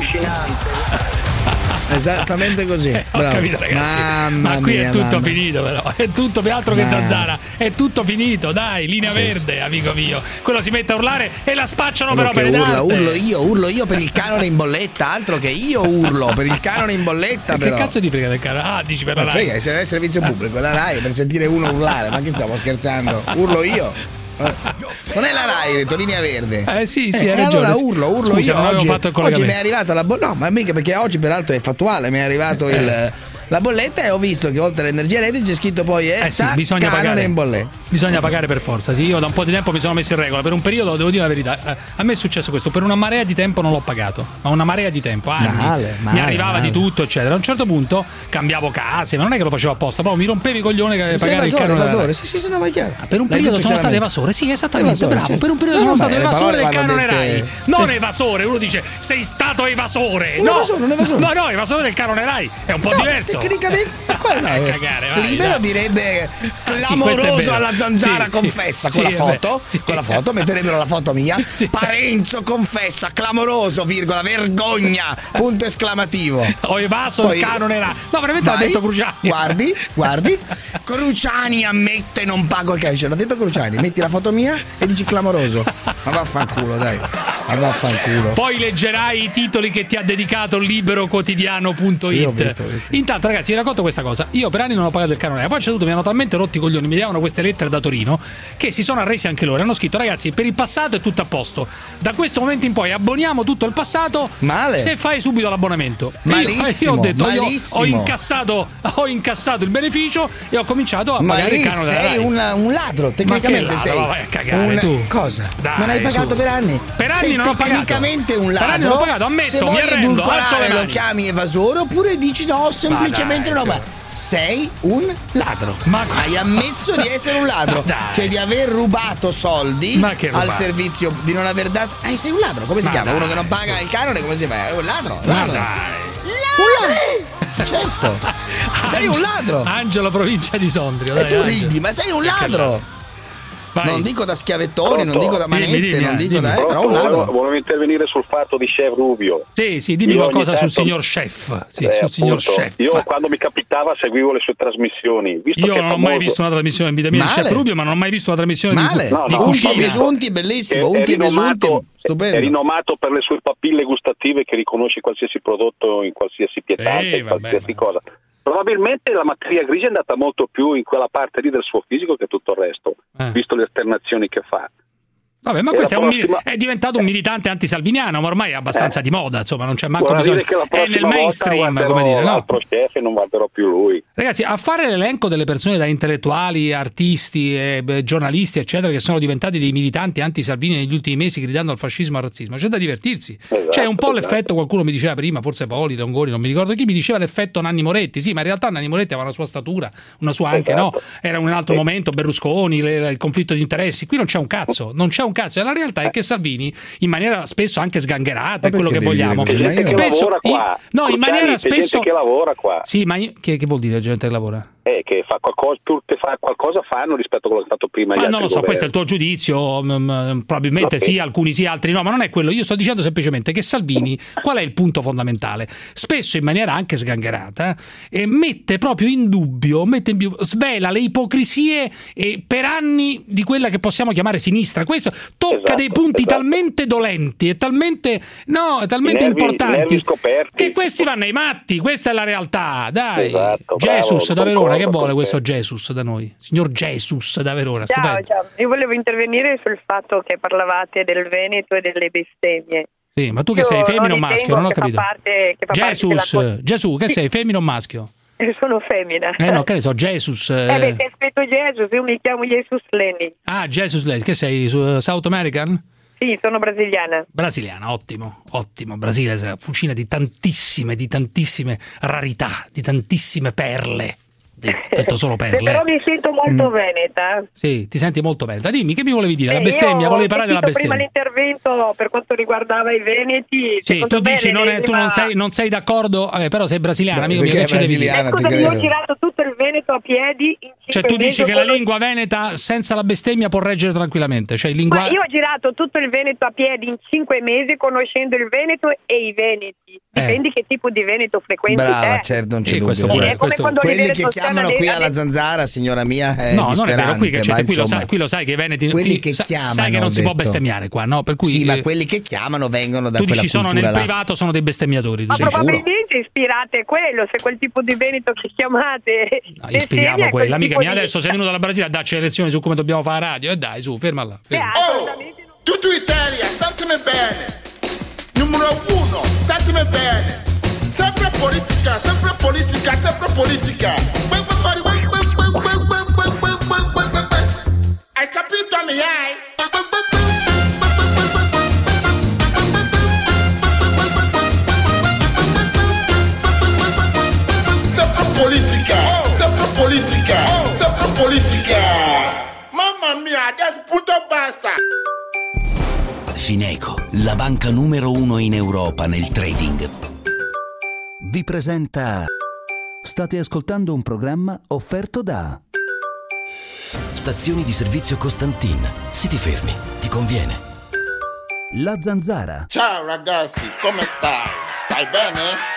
Esattamente così. Ho capito, ragazzi. Ma qui è tutto finito, però. È tutto altro che Zanzara. È tutto finito, dai. Linea Verde, amico mio. Quello si mette a urlare e la spacciano per opere d'arte. Urlo io per il canone in bolletta. Altro che io urlo per il canone in bolletta. Che cazzo ti frega del canone? Ah, dici per la Rai. Frega, se non è servizio pubblico, la Rai per sentire uno urlare. Ma che stiamo scherzando? Urlo io. Non è la Rai, hai detto Linea Verde. Sì, hai ragione. Allora urlo Scusa, io. non avevo fatto il collegamento. Oggi mi è arrivata la bolletta. No, ma mica, perché oggi peraltro è fattuale. Mi è arrivato la bolletta e ho visto che oltre all'energia elettrica c'è scritto poi bisogna pagare in bolletta. Bisogna pagare per forza. Sì, io da un po' di tempo mi sono messo in regola. Per un periodo, devo dire la verità, a me è successo questo. Per una marea di tempo non l'ho pagato. Ma una marea di tempo, anni. Mi arrivava di tutto, eccetera. A un certo punto cambiavo case, ma non è che lo facevo apposta, proprio mi rompevi i coglioni che pagare il canone. Evasore. Sì, no, ma è chiaro. Per un periodo sono stato evasore, sì, esattamente, bravo. Certo. Per un periodo sono stato evasore del canone Rai. Non evasore, uno dice sei stato evasore. Un evasore. No, evasore del canone Rai. È un po' diverso. Tecnicamente cagare, vai, libero dai. Direbbe clamoroso alla Zanzara confessa con la foto. Con la foto metterebbero la foto mia. Parenzo confessa clamoroso, virgola, vergogna, punto esclamativo. Ho evaso il canone Rai. No, veramente l'ha detto Cruciani. Guardi. Cruciani ammette non pago il calcio. L'ha detto Cruciani. Metti la foto mia e dici clamoroso. Ma vaffanculo, dai. vaffanculo. Poi leggerai i titoli che ti ha dedicato liberoquotidiano.it. Intanto, ragazzi, vi racconto questa cosa. Io per anni non ho pagato il canone, poi c'è tutto, mi hanno talmente rotti i coglioni, mi davano queste lettere da Torino che si sono arresi anche loro. Hanno scritto: ragazzi, per il passato è tutto a posto. Da questo momento in poi abboniamo tutto il passato. Male. Se fai subito l'abbonamento. Malissimo. Io ho detto, malissimo. Ho incassato il beneficio e ho cominciato a pagare il canone. Sei un ladro, tecnicamente sei. Vai a cagare, tu. Cosa? Dai, non hai pagato per anni? Per anni sei non ho pagato. Tecnicamente un ladro. Per anni non ho pagato, ammetto, se vuoi mi arrendo, edulcorare lo chiami evasore oppure dici no, semplicemente dai, roba. Sei un ladro. Hai ammesso di essere un ladro, cioè di aver rubato soldi al servizio, di non aver dato. Sei un ladro, come si chiama? Uno che non paga il canone, come si fa? È un ladro. Un ladro. Certo. Sei un ladro. Angelo, provincia di Sondrio. E tu ridi, ma sei un ladro. Non dico da schiavettoni, non dico da manette, non dico da. Però un ladro. Volevo intervenire sul fatto di Chef Rubio. Sì, dimmi qualcosa sul signor Chef. Sul signor Chef. Io quando mi capitava seguivo le sue trasmissioni. Io non ho mai visto una trasmissione in vita mia di Chef Rubio, ma non ho mai visto una trasmissione di cucina. Unti besunti, bellissimo. Unti besunti, stupendo. È rinomato per le sue papille gustative che riconosce qualsiasi prodotto in qualsiasi pietante, in qualsiasi cosa. Probabilmente la materia grigia è andata molto più in quella parte lì del suo fisico che tutto il resto, visto le esternazioni che fa. Vabbè, ma questo è diventato un militante antisalviniano, ma ormai è abbastanza di moda, insomma, non c'è manco bisogno. È nel mainstream, come dire, no? L'altro chef e non guarderò più lui. Ragazzi, a fare l'elenco delle persone da intellettuali, artisti, giornalisti, eccetera, che sono diventati dei militanti anti-Salvini negli ultimi mesi gridando al fascismo e al razzismo, c'è da divertirsi. C'è un po' l'effetto, qualcuno mi diceva prima, forse Poli, Longoni, non mi ricordo chi, mi diceva l'effetto Nanni Moretti. Sì, ma in realtà Nanni Moretti aveva una sua statura, una sua anche, no? Era un altro momento, Berlusconi, il conflitto di interessi. Qui non c'è un cazzo, non c'è un cazzo. E la realtà è che Salvini, in maniera spesso anche sgangherata, è quello che vogliamo. Spesso, in maniera spesso. Che lavora qua. Sì, ma che vuol dire gente che lavora? Che fa qualcosa fanno rispetto a quello che ha fatto prima. Ma non lo so, questo è il tuo giudizio, probabilmente sì, alcuni sì, altri no, ma non è quello. Io sto dicendo semplicemente che Salvini, qual è il punto fondamentale? Spesso in maniera anche sgangherata, mette proprio in dubbio, svela le ipocrisie per anni di quella che possiamo chiamare sinistra. Questo tocca dei punti talmente dolenti e talmente importanti che questi vanno ai matti. Questa è la realtà, dai. Jesus da Verona, che vuole questo Jesus da noi? Signor Jesus da Verona. Ciao. Io volevo intervenire sul fatto che parlavate del Veneto e delle bestemmie. Sì, ma tu che sei, femmina o maschio? Non ho capito. Gesù, che sei, femmina o maschio? Sono femmina. No, che ne so, Jesus. C'è scritto Jesus, io mi chiamo Jesus Lenny. Ah, Jesus Lenny, che sei, South American? Sì, sono brasiliana. Brasiliana, ottimo. Brasile è una fucina di tantissime rarità, di tantissime perle. Detto solo perle. Però mi sento molto veneta. Sì, ti senti molto veneta. Dimmi, che mi volevi dire? La bestemmia, volevi parlare della bestemmia? Prima l'intervento per quanto riguardava i veneti. Sì, tu dici tu non sei d'accordo, vabbè, però sei brasiliana, amico mio, che ci devi dire? Io ho girato tutto il Veneto a piedi in 5 mesi. Cioè tu dici che la lingua veneta senza la bestemmia può reggere tranquillamente, cioè Ma io ho girato tutto il Veneto a piedi in 5 mesi conoscendo il Veneto e i veneti. Dipende che tipo di Veneto frequenti. Brava, certo, non c'è dubbio. Quelli che chiamano qui alla Zanzara, signora mia, è no, non è vero, qui lo sai che i veneti quelli che chiamano, sai che non si può bestemmiare qua, no? Per cui sì, ma quelli che chiamano vengono da quella cultura. Tu dici sono nel privato, sono dei bestemmiatori. Ma probabilmente ispirate quello, se quel tipo di Veneto che chiamate. No, ispiriamo quello. Amica mia, adesso sei venuta alla Brasile a darci lezioni su come dobbiamo fare radio. E dai, su, fermala. Tutto Italia, statemi bene. Numero 1, statemi bene. Sempre politica, sempre politica, sempre politica. Hai capito, mi hai? Sempre politica, sempre politica, sempre politica. Mamma mia, adesso punto basta. Fineco, la banca numero 1 in Europa nel trading, vi presenta. State ascoltando un programma offerto da Stazioni di servizio Costantin. Se ti fermi, ti conviene. La Zanzara. Ciao ragazzi, come stai? Stai bene?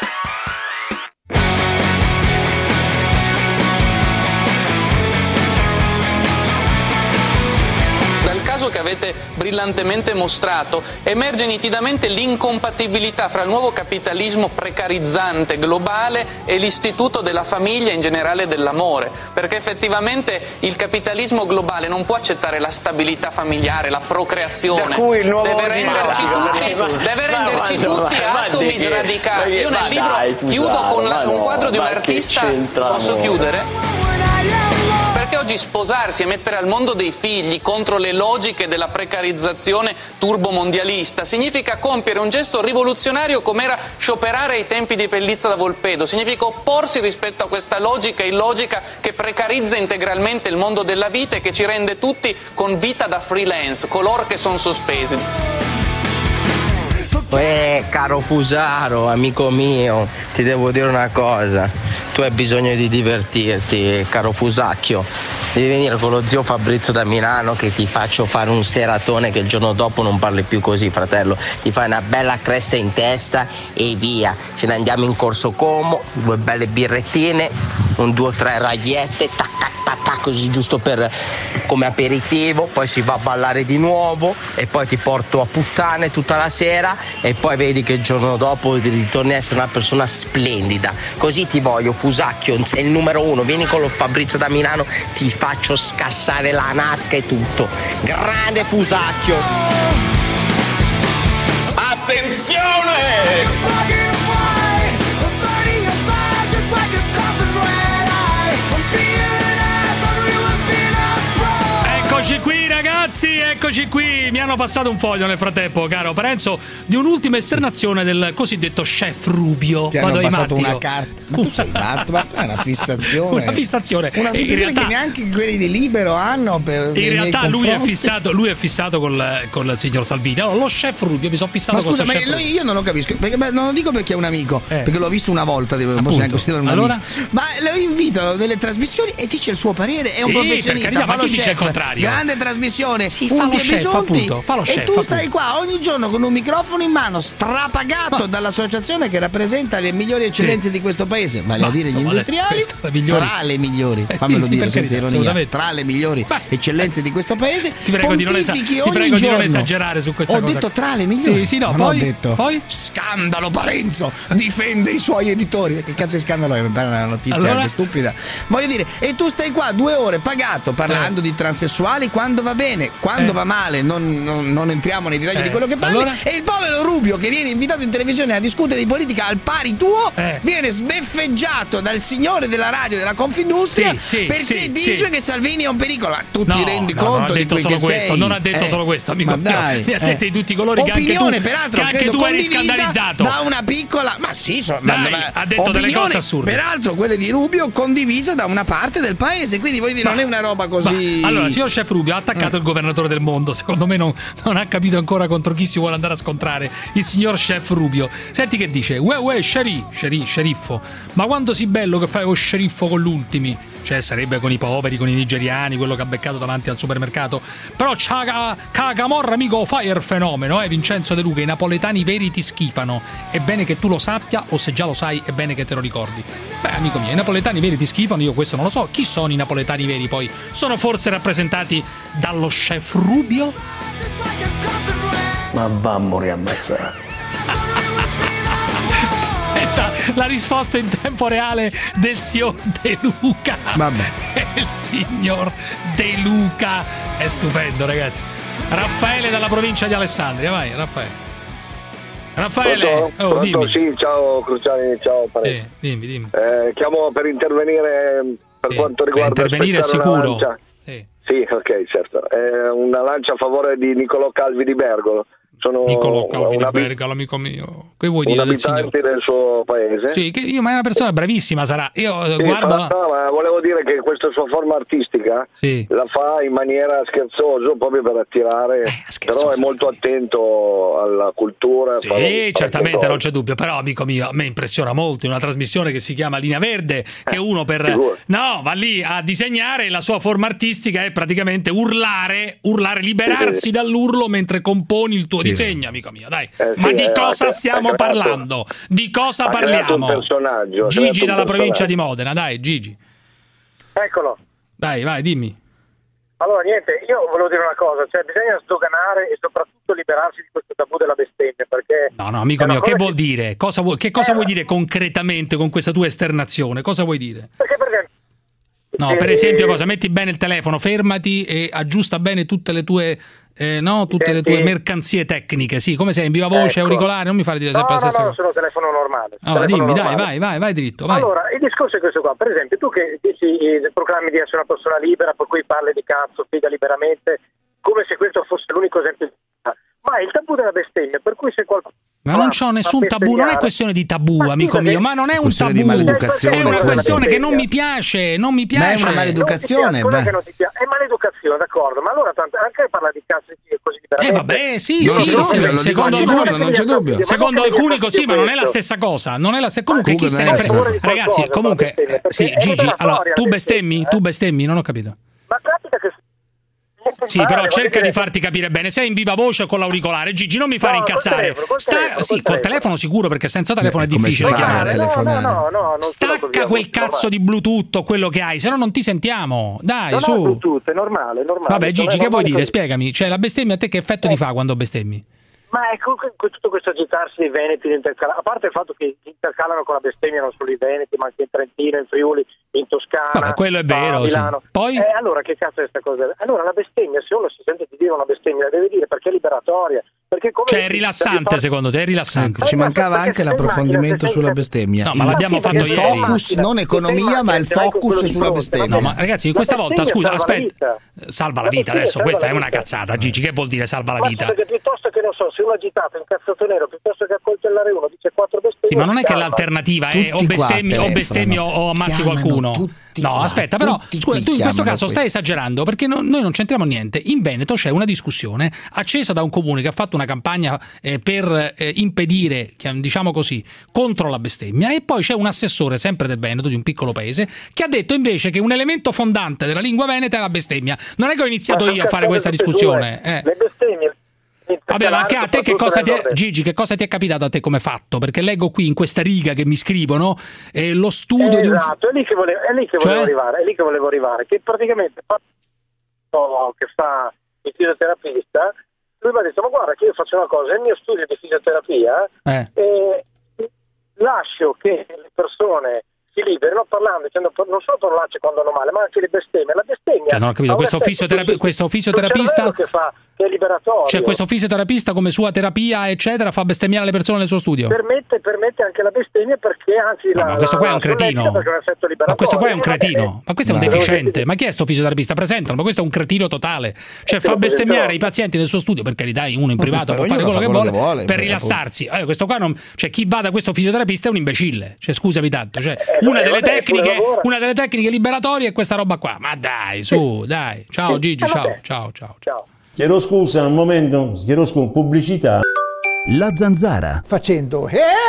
Nel caso che avete brillantemente mostrato, emerge nitidamente l'incompatibilità fra il nuovo capitalismo precarizzante globale e l'istituto della famiglia, in generale dell'amore, perché effettivamente il capitalismo globale non può accettare la stabilità familiare, la procreazione, deve renderci tutti atomi sradicati. Io nel libro chiudo con un quadro di un artista, posso chiudere? Perché oggi sposarsi e mettere al mondo dei figli contro le logiche della precarizzazione turbomondialista significa compiere un gesto rivoluzionario come era scioperare ai tempi di Pellizza da Volpedo, significa opporsi rispetto a questa logica illogica che precarizza integralmente il mondo della vita e che ci rende tutti con vita da freelance, coloro che sono sospesi. Caro Fusaro, amico mio, ti devo dire una cosa. Tu hai bisogno di divertirti, caro Fusacchio. Devi venire con lo zio Fabrizio da Milano che ti faccio fare un seratone che il giorno dopo non parli più così, fratello. Ti fai una bella cresta in testa e via. Ce ne andiamo in Corso Como, 2 belle birrettine, 2 o 3 ragliette, tac tac tac, così giusto per come aperitivo, poi si va a ballare di nuovo e poi ti porto a puttane tutta la sera e poi vedi che il giorno dopo ritorni a essere una persona splendida. Così ti voglio, Fusacchio, sei il numero 1, vieni con lo Fabrizio da Milano, ti faccio scassare la nasca e tutto. Grande Fusacchio! Attenzione! Eccoci qui ragazzi, eccoci qui. Mi hanno passato un foglio nel frattempo, caro Parenzo, di un'ultima esternazione del cosiddetto chef Rubio. Ti hanno passato una carta. Ma tu sei matto, ma è una fissazione. Una fissazione. Una fissazione realtà, che neanche quelli di Libero hanno per in realtà lui è fissato con il signor Salvini. Allora, lo chef Rubio, mi sono fissato con scusa, ma io non lo capisco, perché non lo dico perché è un amico, perché l'ho visto una volta, non posso neanche considerare un amico. Ma lo invitano nelle trasmissioni e dice il suo parere, è un professionista, fa lo chef. Grande trasmissione, punti e bisunti, e tu stai qua ogni giorno con un microfono in mano, strapagato dall'associazione che rappresenta le migliori eccellenze di questo paese, vale a dire gli industriali, tra le migliori, fammelo dire senza ironia, tra le migliori eccellenze di questo paese. Ti prego di non esagerare su questa cosa. Ho detto tra le migliori. Sì, no, non poi, ho detto poi? Scandalo Parenzo difende i suoi editori. Che cazzo di scandalo è? Una notizia anche stupida. Voglio dire, e tu stai qua 2 ore pagato parlando di transessuali quando va bene, quando va male non entriamo nei dettagli di quello che parli, e il povero Rubio che viene invitato in televisione a discutere di politica al pari tuo viene sbeffeggiato dal signore della radio della Confindustria perché dice che Salvini è un pericolo. Ma tu ti rendi conto di quel che sei? Non ha detto solo questo, amico mio. Mi ha detto di tutti i colori che anche tu eri scandalizzato da una piccola, ha detto delle cose assurde, peraltro quelle di Rubio condivise da una parte del paese, quindi voglio dire, non è una roba così. Allora, signor chef Rubio ha attaccato il governatore del mondo, secondo me non ha capito ancora contro chi si vuole andare a scontrare il signor chef Rubio. Senti che dice: sceriffo, ma quando si bello che fai lo sceriffo con l'ultimi, cioè sarebbe con i poveri, con i nigeriani, quello che ha beccato davanti al supermercato. Però cagamorra amico fai il fenomeno, Vincenzo De Luca, i napoletani veri ti schifano, è bene che tu lo sappia, o se già lo sai è bene che te lo ricordi. Beh, amico mio, i napoletani veri ti schifano, io questo non lo so. Chi sono i napoletani veri poi? Sono forse rappresentati dallo chef Rubio? Ma va a morire ammazzare. La risposta in tempo reale del signor De Luca. Vabbè. Il signor De Luca è stupendo, ragazzi. Raffaele dalla provincia di Alessandria, vai Raffaele. Pronto? Sì, ciao Cruciani, ciao Parenzo. Dimmi. Chiamo per intervenire per quanto riguarda intervenire sicuro. Sì, ok, certo. Una lancia a favore di Niccolò Calvi di Bergolo. Sono Niccolò Calvi di Bergamo, amico mio. Che vuoi dire del signor? Del suo paese. Sì, ma è una persona bravissima, sarà. Io guardo. Ma volevo dire che questa sua forma artistica la fa in maniera scherzosa, proprio per attirare. Però è molto attento alla cultura. Sì, certamente, non c'è dubbio. Però, amico mio, a me impressiona molto in una trasmissione che si chiama Linea Verde, che uno va lì a disegnare, la sua forma artistica è praticamente urlare, liberarsi dall'urlo mentre componi il tuo disegno, amico mio, dai. Ma di cosa stiamo parlando? Di cosa parliamo? Gigi dalla provincia di Modena, dai, Gigi. Eccolo. Dai, vai, dimmi. Allora niente, io volevo dire una cosa, cioè bisogna sdoganare e soprattutto liberarsi di questo tabù della bestemmia, perché... No, amico mio, che vuol dire? Che cosa vuoi dire concretamente con questa tua esternazione? Cosa vuoi dire? Perché per esempio... No, per esempio cosa? Metti bene il telefono, fermati e aggiusta bene tutte le tue... tutte le tue mercanzie tecniche, sì, come sei in viva voce, auricolare, non mi fare dire sempre la stessa cosa. No, sono telefono normale. Allora dimmi, dai, vai dritto, vai. Allora, il discorso è questo qua, per esempio, tu che dici, proclami di essere una persona libera, per cui parli di cazzo, figa liberamente, come se questo fosse l'unico esempio di vita. Ma è il tabù della bestemmia, per cui se qualcuno... Ma non c'ho nessun tabù, non è questione di tabù, amico mio, ma non è un tabù, è una questione che non mi piace, non mi piace. Ma è una maleducazione, è maleducazione, d'accordo, ma allora anche parla di cazzo così liberamente. Vabbè, sì, secondo alcuni non c'è dubbio. Secondo alcuni così, ma non è la stessa cosa, non è la stessa. Comunque chi se ne frega. Ragazzi, comunque sì, Gigi, allora tu bestemmi, non ho capito. Ma capita che sì, però cerca di farti capire bene. Sei in viva voce o con l'auricolare, Gigi, non mi fare incazzare. Col telefono sicuro, perché senza telefono è difficile chiamare. No, stacca quel cazzo di Bluetooth o quello che hai, se no non ti sentiamo. Dai, su. No, Bluetooth, è normale. Vabbè, Gigi, che vuoi dire? Spiegami. Cioè, la bestemmia a te che effetto ti fa quando bestemmi? Ma è tutto questo agitarsi dei veneti, a parte il fatto che intercalano con la bestemmia non solo i veneti, ma anche in Trentino, in Friuli, in Toscana. Vabbè, quello è vero, Milano. Sì. Poi? Allora che cazzo è questa cosa? Allora la bestemmia, se uno si sente di dire una bestemmia, la deve dire perché è liberatoria. Perché come è rilassante, secondo te? È rilassante. Ci mancava anche l'approfondimento sulla bestemmia. No, ma l'abbiamo fatto ieri. Il focus, non economia, ma il focus sulla bestemmia. No, ma ragazzi, questa volta, scusa, aspetta. Salva la vita adesso, questa è una cazzata, Gigi. Che vuol dire salva la vita? Perché piuttosto che, non so, se uno agitato in cazzato nero, piuttosto che accoltellare uno, dice 4 bestemmie. Sì, ma non è che l'alternativa è o bestemmi o ammazzi qualcuno. No, aspetta, però scusa, tu in questo caso stai esagerando, perché noi non c'entriamo niente. In Veneto c'è una discussione accesa da un comune che ha fatto una campagna per impedire, diciamo così, contro la bestemmia, e poi c'è un assessore sempre del Veneto, di un piccolo paese, che ha detto invece che un elemento fondante della lingua veneta è la bestemmia. Non è che ho iniziato io a fare questa discussione. Le bestemmie. Vabbè, ma a te che cosa ti è, Gigi, che cosa ti è capitato a te come fatto? Perché leggo qui in questa riga che mi scrivono lo studio di un... Esatto, è lì che volevo arrivare, che praticamente che fa il fisioterapista, lui mi ha detto: ma guarda che io faccio una cosa, nel mio studio di fisioterapia lascio che le persone si liberino parlando, dicendo non solo parolacce quando hanno male, ma anche le bestemmie. La bestemmia, non ho capito, questo fisioterapista che è liberatorio. Cioè questo fisioterapista come sua terapia eccetera fa bestemmiare le persone nel suo studio? Permette anche la bestemmia, perché anzi ma questo qua è un cretino. Ma questo qua è un cretino. Ma questo è un deficiente. Ma chi è sto fisioterapista? Presentalo, ma questo è un cretino totale. Cioè fa bestemmiare i pazienti nel suo studio, per carità, uno in privato può fare quello che vuole per rilassarsi. Questo qua non, cioè chi va da questo fisioterapista è un imbecille. Cioè scusami tanto, cioè una delle tecniche liberatorie è questa roba qua. Ma dai, su, dai. Ciao Gigi, ciao. Chiedo scusa un momento, pubblicità. La Zanzara. Facendo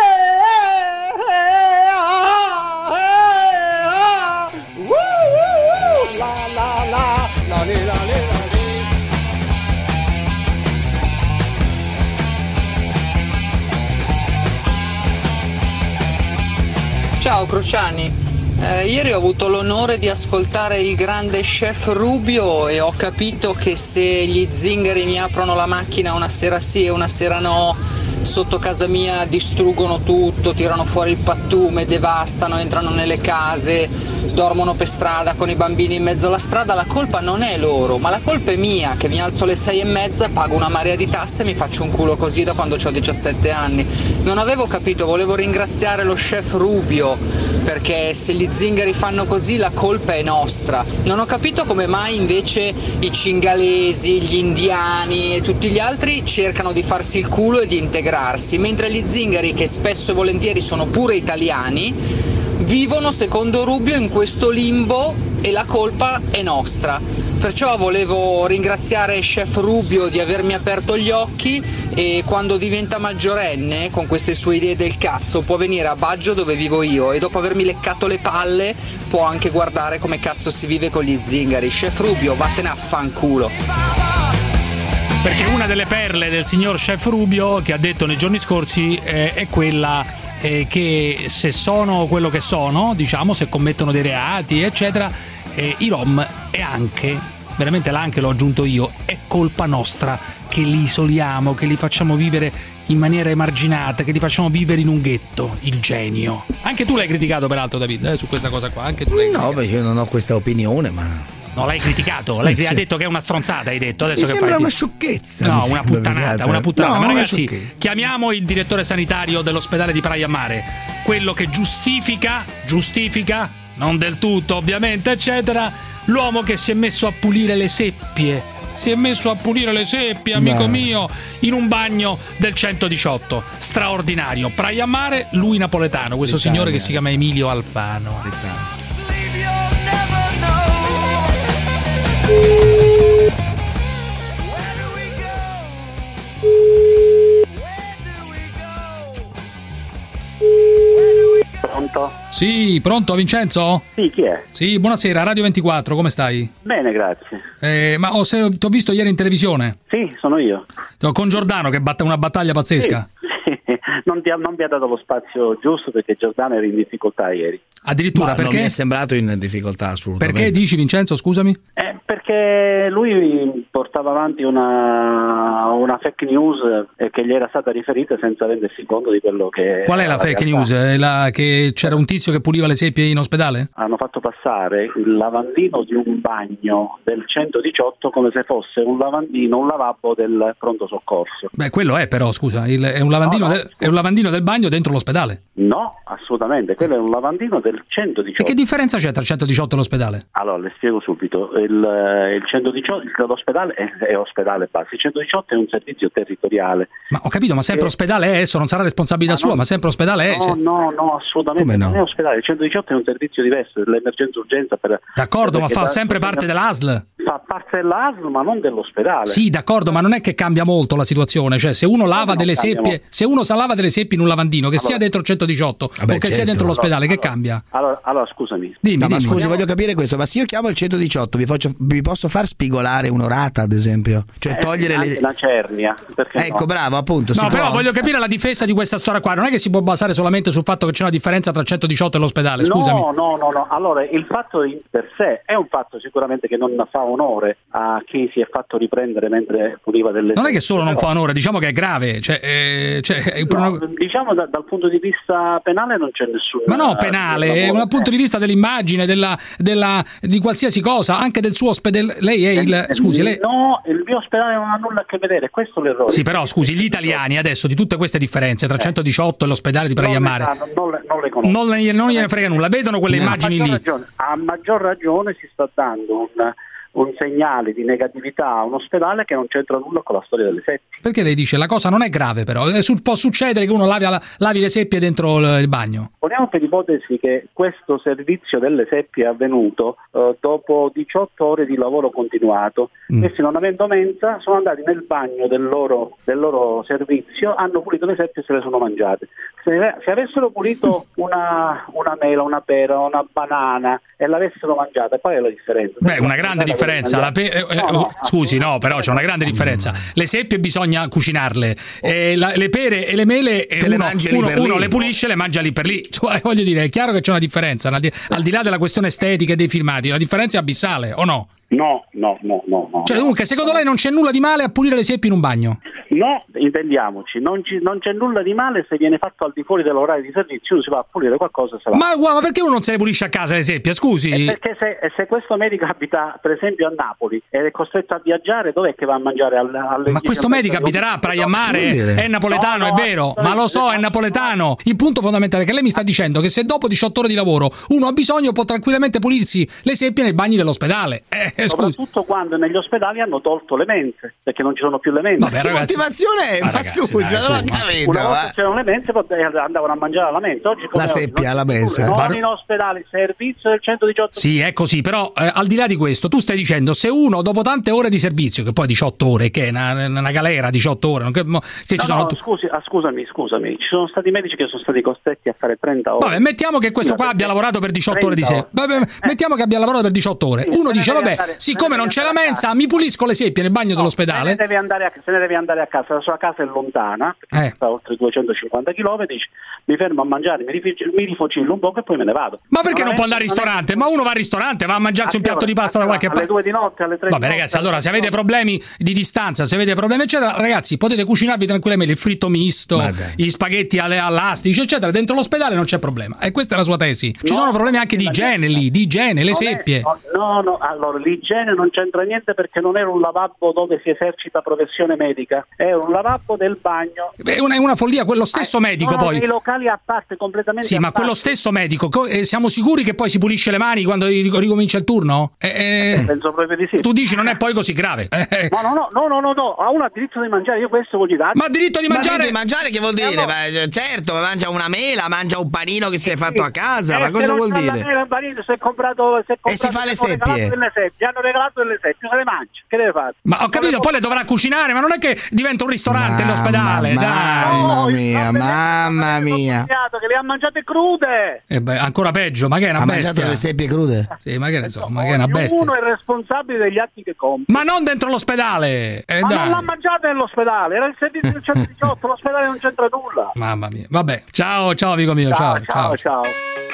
Ciao Cruciani. Ieri ho avuto l'onore di ascoltare il grande chef Rubio e ho capito che se gli zingari mi aprono la macchina una sera sì e una sera no, sotto casa mia distruggono tutto, tirano fuori il pattume, devastano, entrano nelle case, dormono per strada con i bambini in mezzo alla strada, la colpa non è loro, ma la colpa è mia, che mi alzo alle 6:30, pago una marea di tasse e mi faccio un culo così da quando ho 17 anni. Non avevo capito, volevo ringraziare lo chef Rubio, perché se gli zingari fanno così la colpa è nostra. Non ho capito come mai invece i cingalesi, gli indiani e tutti gli altri cercano di farsi il culo e di integrarsi, mentre gli zingari, che spesso e volentieri sono pure italiani, vivono secondo Rubio in questo limbo e la colpa è nostra. Perciò volevo ringraziare chef Rubio di avermi aperto gli occhi, e quando diventa maggiorenne con queste sue idee del cazzo può venire a Baggio dove vivo io, e dopo avermi leccato le palle può anche guardare come cazzo si vive con gli zingari. Chef Rubio, vattene a fanculo. Perché una delle perle del signor chef Rubio che ha detto nei giorni scorsi è quella che se sono quello che sono, diciamo, se commettono dei reati eccetera, i Rom è anche veramente anche l'ho aggiunto io, è colpa nostra che li isoliamo, che li facciamo vivere in maniera emarginata, che li facciamo vivere in un ghetto, il genio. Anche tu l'hai criticato peraltro, David, su questa cosa qua, anche tu l'hai criticato. No, perché io non ho questa opinione, ma... No, l'hai criticato, ha detto che è una stronzata, hai detto. Adesso mi che sembra fai? una sciocchezza. No, una puttanata. No, Ma ragazzi, chiamiamo il direttore sanitario dell'ospedale di Praia Mare, quello che giustifica, non del tutto ovviamente, eccetera, l'uomo che si è messo a pulire le seppie. Amico mio, in un bagno del 118. Straordinario. Praia Mare, lui napoletano, questo signore che si chiama Emilio Alfano. Pronto? Sì, pronto Vincenzo? Sì, chi è? Sì, buonasera, Radio 24, come stai? Bene, grazie. Ma ti ho visto ieri in televisione? Sì, sono io. Con Giordano che batte una battaglia pazzesca. Sì. Non vi ha dato lo spazio giusto perché Giordano era in difficoltà ieri. Addirittura perché? Non mi è sembrato in difficoltà assolutamente. Perché dici, Vincenzo, scusami? Perché lui portava avanti una fake news che gli era stata riferita senza rendersi conto di quello che... Qual è la fake news? Che c'era un tizio che puliva le seppie in ospedale? Hanno fatto passare il lavandino di un bagno del 118 come se fosse un lavabo del pronto soccorso. Beh, quello è però, scusa, è un lavandino, è un lavandino del bagno dentro l'ospedale? No, assolutamente, quello è un lavandino del 118. E che differenza c'è tra il 118 e l'ospedale? Allora, le spiego subito. Il 118, l'ospedale è ospedale base, il 118 è un servizio territoriale. Ma ho capito, ma sempre ospedale è esso, non sarà responsabilità sua, ma sempre ospedale è? No, assolutamente. Come no? Non è ospedale, il 118 è un servizio diverso, l'emergenza urgenza per... D'accordo, ma fa sempre parte dell'ASL? Fa parte dell'ASL, ma non dell'ospedale. Sì, d'accordo, ma non è che cambia molto la situazione, cioè se uno lava delle seppie, se uno sa lava delle seppie in un lavandino, che sia dentro il 118 o che sia dentro l'ospedale, che cambia? Allora scusami. Dimmi. Ma scusi, voglio capire questo, ma se io chiamo il 118 vi posso far spigolare un'orata, ad esempio? Cioè togliere la cernia. Ecco, no? Bravo, appunto. No, però voglio capire la difesa di questa storia qua, non è che si può basare solamente sul fatto che c'è una differenza tra il 118 e l'ospedale, scusami. No. Allora, il fatto in per sé è un fatto sicuramente che non fa onore a chi si è fatto riprendere mentre puliva delle... Non è che solo non fa onore, diciamo che è grave. Diciamo dal punto di vista penale non c'è nessun... Ma no, penale, è un punto di vista dell'immagine, di qualsiasi cosa, anche del suo ospedale. Lei è il... Scusi, lei... No, il mio ospedale non ha nulla a che vedere, questo è l'errore. Sì, però scusi, gli italiani adesso di tutte queste differenze tra 118 e l'ospedale di Praia Mare non le conoscono. Non gliene frega nulla, vedono quelle immagini lì. A maggior ragione si sta dando un segnale di negatività a un ospedale che non c'entra nulla con la storia delle seppie. Perché lei dice la cosa non è grave, però può succedere che uno lavi le seppie dentro il bagno. Poniamo per ipotesi che questo servizio delle seppie è avvenuto dopo 18 ore di lavoro continuato. Essi, non avendo mensa, sono andati nel bagno del loro servizio, hanno pulito le seppie e se le sono mangiate. Se avessero pulito una mela, una pera, una banana e l'avessero mangiata, qual è la differenza? Beh, una grande differenza. Scusi, no, però c'è una grande differenza. Le seppie bisogna cucinarle, le pere e le mele uno le pulisce e le mangia lì per lì. Cioè, voglio dire, è chiaro che c'è una differenza, al di là della questione estetica e dei filmati, la differenza è abissale, o no? No. Cioè, dunque, secondo lei non c'è nulla di male a pulire le seppie in un bagno? No, intendiamoci, non c'è nulla di male se viene fatto al di fuori dell'orario di servizio, uno si va a pulire qualcosa e se va. Ma guarda, perché uno non se le pulisce a casa le seppie, scusi? Perché se questo medico abita per esempio a Napoli ed è costretto a viaggiare, dov'è che va a mangiare alle... Ma questo medico abiterà a Praia Mare, è napoletano, è vero, ma lo so, è napoletano. Il punto fondamentale è che lei mi sta dicendo che se dopo 18 ore di lavoro uno ha bisogno può tranquillamente pulirsi le seppie nei bagni dell'ospedale. Soprattutto quando negli ospedali hanno tolto le mense, perché non ci sono più le mense. Vabbè, ragazzi, ma scusi, una volta c'erano le mense, andavano a mangiare la mensa. Oggi la seppia, la mensa. Non in ospedale, servizio del 118. Sì, è così, però al di là di questo, tu stai dicendo se uno dopo tante ore di servizio, che poi 18 ore, che è una galera 18 ore, scusami, ci sono stati medici che sono stati costretti a fare 30 ore. Vabbè, mettiamo che questo qua abbia lavorato per 18 ore di seppia. Mettiamo che abbia lavorato per 18 ore. Uno dice, vabbè, siccome non c'è la mensa, mi pulisco le seppie nel bagno dell'ospedale. Se ne deve andare a casa, la sua casa è lontana, sta oltre 250 km, mi fermo a mangiare, mi rifocillo un po' e poi me ne vado. Ma perché non può andare al ristorante? Ma uno va al ristorante, va a mangiarsi un piatto di pasta da qualche parte. Alle 2 di notte, alle 3 Vabbè ragazzi, allora se avete problemi di distanza, se avete problemi eccetera, ragazzi, potete cucinarvi tranquillamente il fritto misto, gli spaghetti all'astice eccetera, dentro l'ospedale non c'è problema. E questa è la sua tesi. Ci sono problemi anche di igiene lì, di igiene, le seppie. No, allora l'igiene non c'entra niente perché non era un lavabo dove si esercita professione medica, è un lavabo del bagno. È una follia, quello stesso medico poi. I locali a parte, completamente sì, a ma parte. Quello stesso medico, siamo sicuri che poi si pulisce le mani quando ricomincia il turno? Penso proprio di sì. Tu dici non è poi così grave? No, ha uno ha diritto di mangiare, io questo voglio dire. Ma diritto di mangiare? Ma diritto di mangiare che vuol dire? Ma, certo, mangia una mela, mangia un panino che si è fatto a casa, ma cosa vuol dire? Il panino si è comprato e si fa le seppie. Hanno regalato delle seppie, se le mangia, che deve fare? Ma ho capito, poi le dovrà cucinare, ma non è che diventa un ristorante all'ospedale, mamma mia. Che le ha mangiate crude. Ancora peggio, ma che è una bestia. Ha mangiato le seppie crude? Sì, ma che ne so, ma che è una bestia. Uno è responsabile degli atti che compie. Ma non dentro l'ospedale. Ma non l'ha mangiata nell'ospedale, era il servizio del 118, l'ospedale non c'entra nulla. Mamma mia. Vabbè, ciao amico mio, ciao.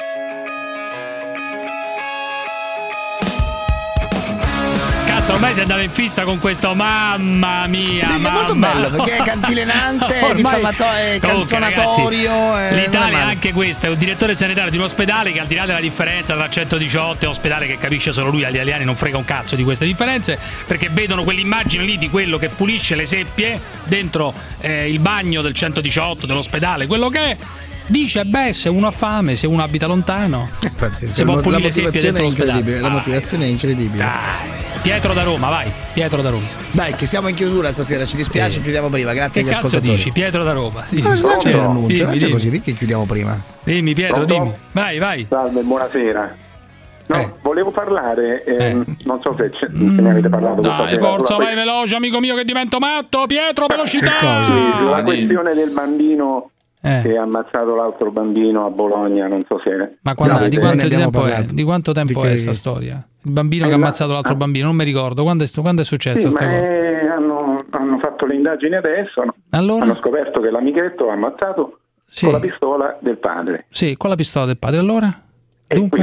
Ormai si è andato in fissa con questo, mamma mia. È molto bello perché è cantilenante, diffamatorio, canzonatorio. L'Italia è anche questo, è un direttore sanitario di un ospedale che al di là della differenza tra 118 e ospedale che capisce solo lui, agli italiani non frega un cazzo di queste differenze, perché vedono quell'immagine lì di quello che pulisce le seppie dentro il bagno del 118 dell'ospedale, quello che è. Dice, se uno ha fame, se uno abita lontano, se può pulire le seppie dentro l'ospedale. La motivazione è incredibile. Dai. Pietro da Roma, vai. Pietro da Roma. Dai, che siamo in chiusura stasera, ci dispiace, chiudiamo prima. Grazie agli ascoltatori. Che cazzo dici? Pietro da Roma. C'è l'annuncio, dimmi. Così che chiudiamo prima. Dimmi Pietro, dimmi. Vai. Salve, buonasera. Volevo parlare, non so se ne avete parlato. Dai, forza, vai veloce, amico mio, che divento matto. Pietro, velocità. Sì, la questione del bambino che ha ammazzato l'altro bambino a Bologna, non so se... Ma di quanto tempo è questa storia? Il bambino che ha ammazzato l'altro bambino, non mi ricordo. Quando è successa questa cosa? Hanno fatto le indagini adesso, allora? Hanno scoperto che l'amichetto ha ammazzato con la pistola del padre. Sì, con la pistola del padre, allora? Dunque?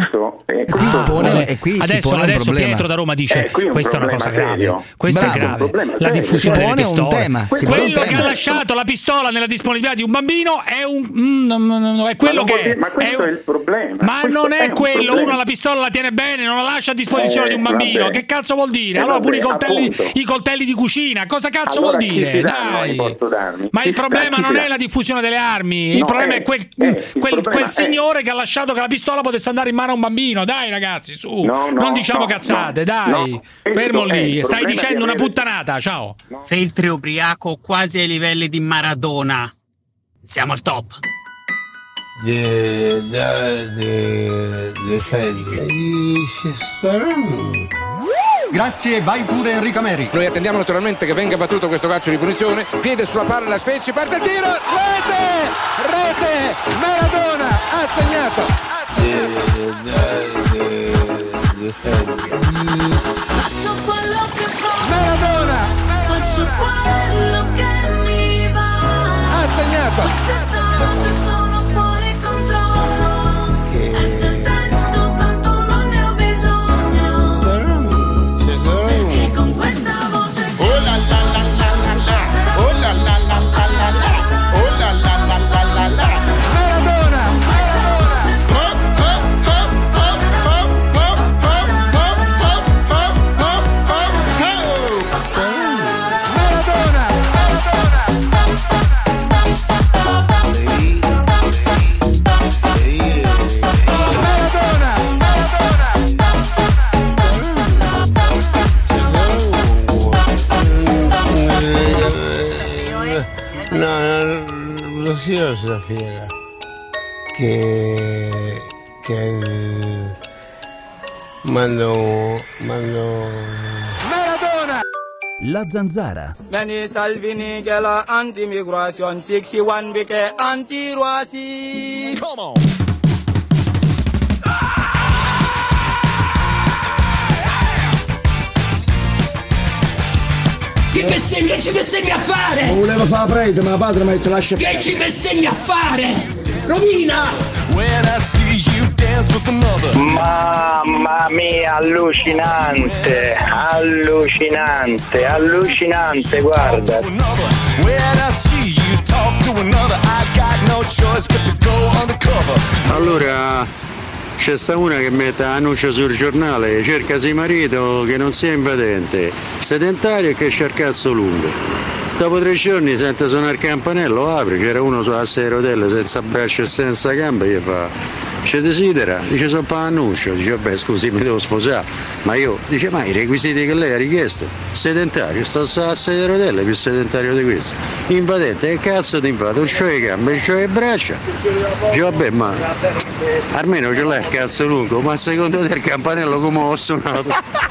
Adesso Pietro da Roma dice questa è una cosa grave, questo è grave, la diffusione delle pistole, quello che ha lasciato la pistola nella disponibilità di un bambino è quello che ma questo è il problema, ma non è quello, uno la pistola la tiene bene, non la lascia a disposizione di un bambino, che cazzo vuol dire? Allora pure i coltelli di cucina, cosa cazzo vuol dire? Dai. Ma il problema non è la diffusione delle armi, il problema è quel signore che ha lasciato che la pistola potesse andare in mano a un bambino. Dai ragazzi, su, non diciamo cazzate, dai, fermo lì, stai dicendo una puttanata, ciao. Feltri ubriaco quasi ai livelli di Maradona, siamo al top. Grazie, vai pure Enrico Meri. Noi attendiamo naturalmente che venga battuto questo calcio di punizione. Piede sulla palla, Spezzi, parte il tiro, rete, Maradona ha segnato. Faccio quello che voglio, Maradona, faccio quello che mi va. Ha segnato. Quest'estate sono fuori controllo, è del testo, tanto non ne ho bisogno. E con questa voce oh la la la la la la, oh la la la la la la, oh la la la la la la, Maradona, Lo spiega che mando Maradona. La Zanzara. Many Salvini che la anti-migration 61 perché anti-rasi. Come on. bestemmi a fare? Non volevo fare prete, ma padre mi ha detto lascia. Che ci bestemmi a fare? Rovina! Mamma mia, allucinante, guarda. Allora c'è sta una che mette annuncio sul giornale, cercasi marito che non sia invadente, sedentario e che c'ha il cazzo lungo. Dopo 3 giorni sente suonare il campanello, apre, c'era uno sulla sedia a rotelle senza braccia e senza gambe, gli fa: ci desidera? Dice: sono per annuncio. Dice: vabbè, scusi, mi devo sposare. Ma io, dice: ma i requisiti che lei ha richiesto? Sedentario, sto sulla sedia a rotelle, più sedentario di questo. Invadente, che cazzo ti invado? Non c'ho le gambe, non c'ho le braccia. Dice: vabbè, ma almeno ce l'hai il cazzo lungo, ma secondo te il campanello come ho suonato?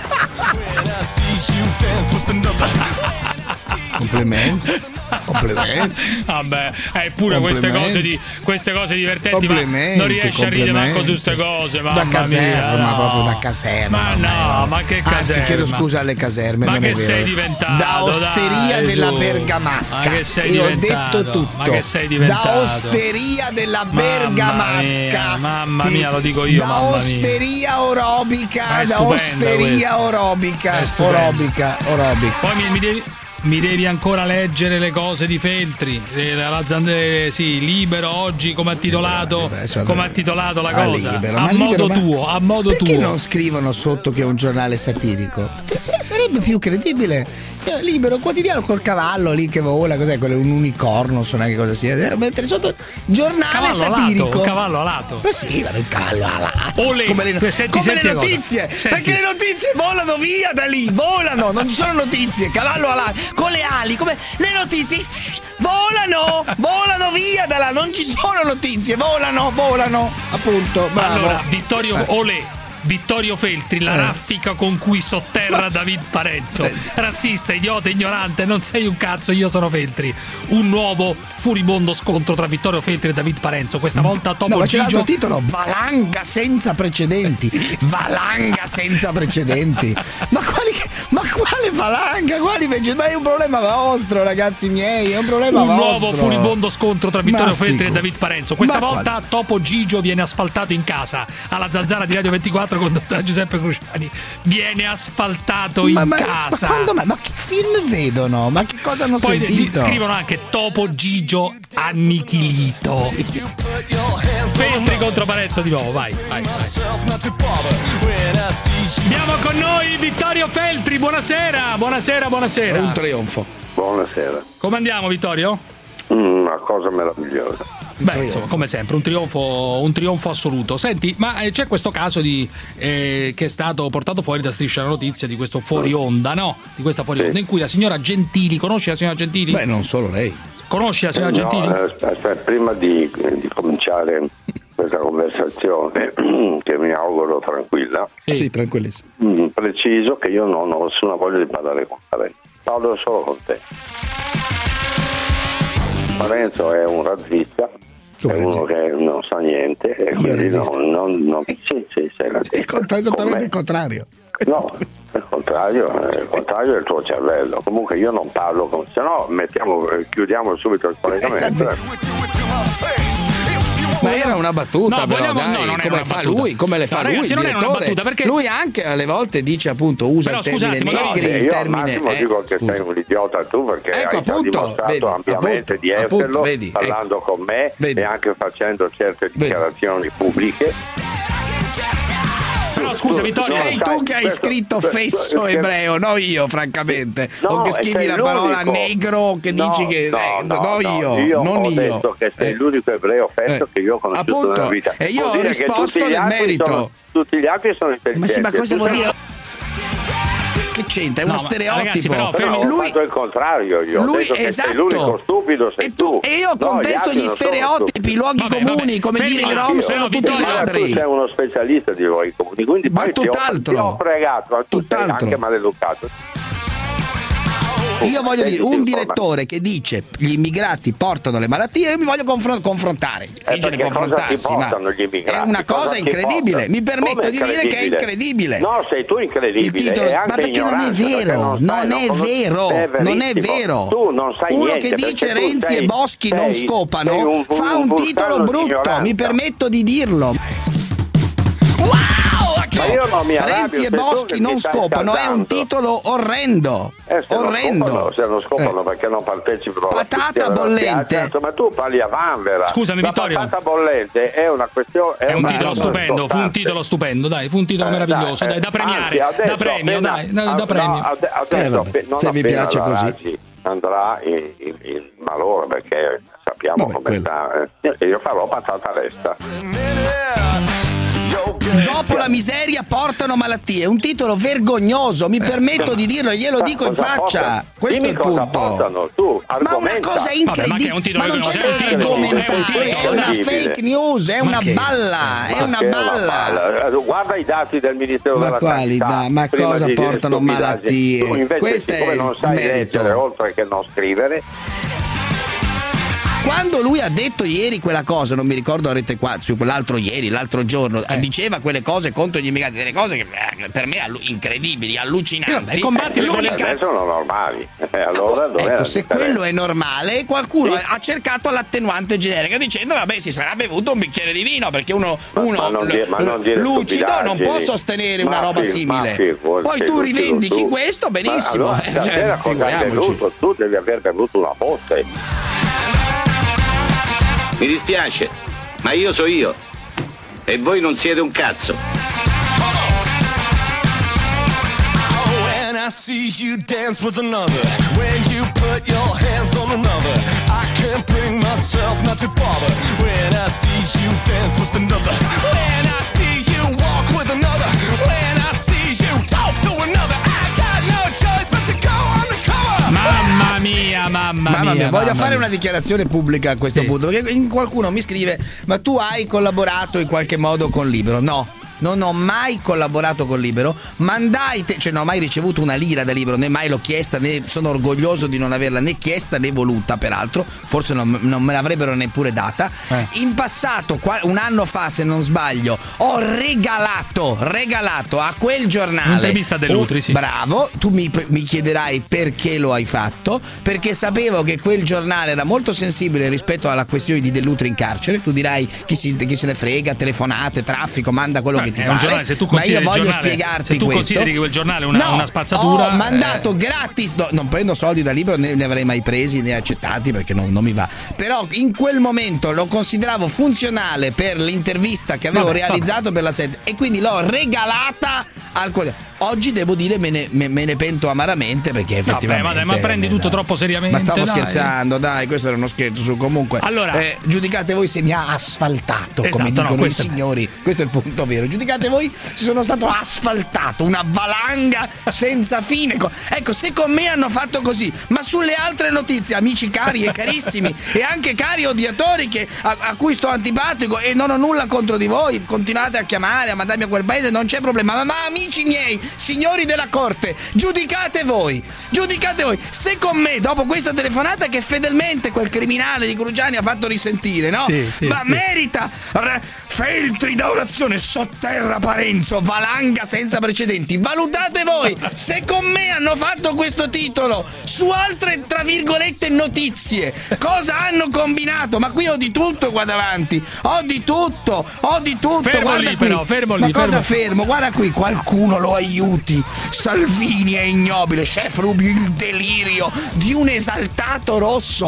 Complimenti. Vabbè, pure queste cose divertenti, ma non riesci a ridere manco su queste cose, mamma da caserma, mia, no. proprio da caserma. Ma no, ma che caserma? Anzi, chiedo scusa alle caserme. Ma non che è vero. sei diventato? Da osteria della Bergamasca. Ma che sei e diventato? ho detto tutto. Ma che sei diventato? Da osteria della Bergamasca. Mamma mia, lo dico io. Da osteria orobica. Da osteria orobica. Orobica. Poi mi devi ancora leggere le cose di Feltri, sì, Libero oggi come ha titolato la cosa, Libero, a modo tuo. Perché non scrivono sotto che è un giornale satirico? Sarebbe più credibile. Libero, quotidiano col cavallo lì che vola, cos'è quello? Un unicorno, non so neanche cosa sia. Mettere sotto giornale satirico. Cavallo alato. Ma sì, ma il cavallo alato. Come le notizie. Perché le notizie volano via da lì, volano, non ci sono notizie. Cavallo alato, con le ali, come le notizie volano via da là, non ci sono notizie, volano, appunto. Bravo. Allora, Vittorio Feltri, la raffica con cui sotterra David Parenzo. Razzista, idiota, ignorante, non sei un cazzo, io sono Feltri. Un nuovo furibondo scontro tra Vittorio Feltri e David Parenzo. Questa volta Topo ma Gigio. c'è l'altro titolo: valanga senza precedenti. Sì. Valanga senza precedenti. Ma quale valanga? Ma è un problema vostro, ragazzi miei, è un problema vostro. Un nuovo furibondo scontro tra Vittorio Feltri e David Parenzo. Questa volta Topo Gigio viene asfaltato in casa. Alla zanzara di Radio 24 condotto da Giuseppe Cruciani, viene asfaltato in casa. Ma che film vedono? Ma che cosa hanno sentito? Poi scrivono anche Topo Gigio annichilito. Sì. Feltri contro Parenzo di nuovo, vai. Abbiamo con noi Vittorio Feltri, buonasera. Un trionfo. Buonasera. Come andiamo, Vittorio? Una cosa meravigliosa. Beh, insomma, come sempre, un trionfo assoluto. Senti, ma c'è questo caso che è stato portato fuori da Striscia la Notizia di questo fuori onda, no? Di questa fuori onda in cui la signora Gentili, conosci la signora Gentili? Beh, non solo lei. Conosci la signora Gentili? Aspetta, prima di cominciare questa conversazione, che mi auguro tranquilla. Sì, tranquillissimo. Preciso che io non ho nessuna voglia di parlare con Parenzo. Parlo solo con te. Parenzo è un razzista. È uno che non sa niente e quindi non sì, sei razzista. Esattamente il contrario. No, il contrario è il tuo cervello. Comunque io non parlo con, se no chiudiamo subito il collegamento. Ma era una battuta, no, però, come le fa lui, il non è una battuta, perché lui anche alle volte dice, appunto, usa però, il termine negri, il termine. Io dico che sei un idiota tu, perché hai già dimostrato ampiamente di esserlo, parlando con me e anche facendo certe dichiarazioni pubbliche. Però scusa, Vittorio, sei tu che hai scritto fesso ebreo, no io, francamente. O che scrivi la parola negro, che dici che io ho detto che sei l'unico ebreo fesso che io ho conosciuto nella vita. E io ho risposto nel merito. Tutti gli altri sono intelligenti. Ma cosa vuol dire? Che c'entra? È uno stereotipo. Ragazzi, però lui ho fatto il contrario, io ho detto che sei l'unico stupido, sei tu. E io contesto gli stereotipi, i luoghi comuni, come dire i rom sono tutti ladri. Tu sei uno specialista di luoghi comuni, quindi ma poi ti ho fregato, tu sei anche maleducato. Io voglio dire, un direttore che dice gli immigrati portano le malattie, io mi voglio confrontare. Difficile confrontarsi, ma è una cosa incredibile. Mi permetto di dire che è incredibile. No, sei tu incredibile. Il titolo, ma perché non è vero? Non è vero. Tu non sai uno niente, che dice Renzi e Boschi non scopano fa un titolo brutto, mi permetto di dirlo. Ma io non mi arrabbio, Renzi e Boschi non scopano, è un titolo orrendo. Orrendo. Se non scopano perché non partecipano alla patata bollente. Certo, ma tu parli a vanvera. Scusami, Vittorio. La patata bollente è una questione. È un titolo stupendo. Fu un titolo stupendo, dai. Fu un titolo meraviglioso. Dai, da premiare. Da premio, dai. Da premio. Se vi piace così. Andrà in malore perché sappiamo come sta. Io farò patata resta. Dopo la miseria portano malattie, un titolo vergognoso, mi permetto di dirlo, glielo dico in faccia. Questo è il punto. Ma una cosa incredibile, ma non c'è da argomentare, è una fake news, è una balla, è una balla. Guarda i dati del Ministero della Sanità. Ma cosa portano malattie? Questo è il merito. Oltre che non scrivere. Quando lui ha detto ieri quella cosa, non mi ricordo a Rete 4, su quell'altro ieri, l'altro giorno, diceva quelle cose contro gli immigrati, delle cose che per me incredibili, allucinanti. Adesso sono normali. Allora, ecco, se quello è normale, qualcuno ha cercato l'attenuante generica dicendo vabbè, si sarà bevuto un bicchiere di vino, perché uno lucido non può sostenere una roba simile. Poi tu rivendichi questo, benissimo. Allora, tu devi aver bevuto una botte. Mi dispiace, ma io so io e voi non siete un cazzo. When I see you dance with another, when you put your hands on another, I can't bring myself not to bother. When I see you dance with another, when I see you walk with another, when I see you talk to another, I got no choice but to go on the cover. Mamma mia. Voglio fare una dichiarazione pubblica a questo punto, perché qualcuno mi scrive: ma tu hai collaborato in qualche modo con Libero? No, non ho mai collaborato con Libero, cioè non ho mai ricevuto una lira da Libero, né mai l'ho chiesta, né sono orgoglioso di non averla né chiesta né voluta, peraltro forse non me l'avrebbero neppure data. In passato, un anno fa se non sbaglio, ho regalato a quel giornale un'intervista dell'Utri, sì. Bravo, tu mi chiederai perché lo hai fatto, perché sapevo che quel giornale era molto sensibile rispetto alla questione di Dell'Utri in carcere. Tu dirai chi se ne frega, telefonate, traffico, manda quello che ti pare. Un giornale, se tu consideri che quel giornale è una spazzatura, ho mandato gratis, non prendo soldi da Libero, ne avrei mai presi né accettati perché non mi va, però in quel momento lo consideravo funzionale per l'intervista che avevo realizzato per la sede e quindi l'ho regalata al quotidiano. Oggi devo dire me ne pento amaramente perché effettivamente ma prendi tutto troppo seriamente. Ma stavo scherzando, dai, questo era uno scherzo. Comunque allora, giudicate voi se mi ha asfaltato, come dicono i signori. Questo è il punto vero. Giudicate voi se sono stato asfaltato, una valanga senza fine. Ecco, se con me hanno fatto così, ma sulle altre notizie, amici cari e carissimi e anche cari odiatori a cui sto antipatico e non ho nulla contro di voi, continuate a chiamare, a mandarmi a quel paese, non c'è problema, ma amici miei, signori della corte, giudicate voi. Se con me, dopo questa telefonata che fedelmente quel criminale di Cruciani ha fatto risentire, no? Merita feltri da orazione, sotterra Parenzo, valanga senza precedenti. Valutate voi se con me hanno fatto questo titolo su altre tra virgolette notizie, cosa hanno combinato? Ma qui ho di tutto qua davanti, ho di tutto. Fermo lì, fermo? Guarda qui, qualcuno lo aiuti. Salvini è ignobile, chef Rubio, il delirio di un esaltato rosso.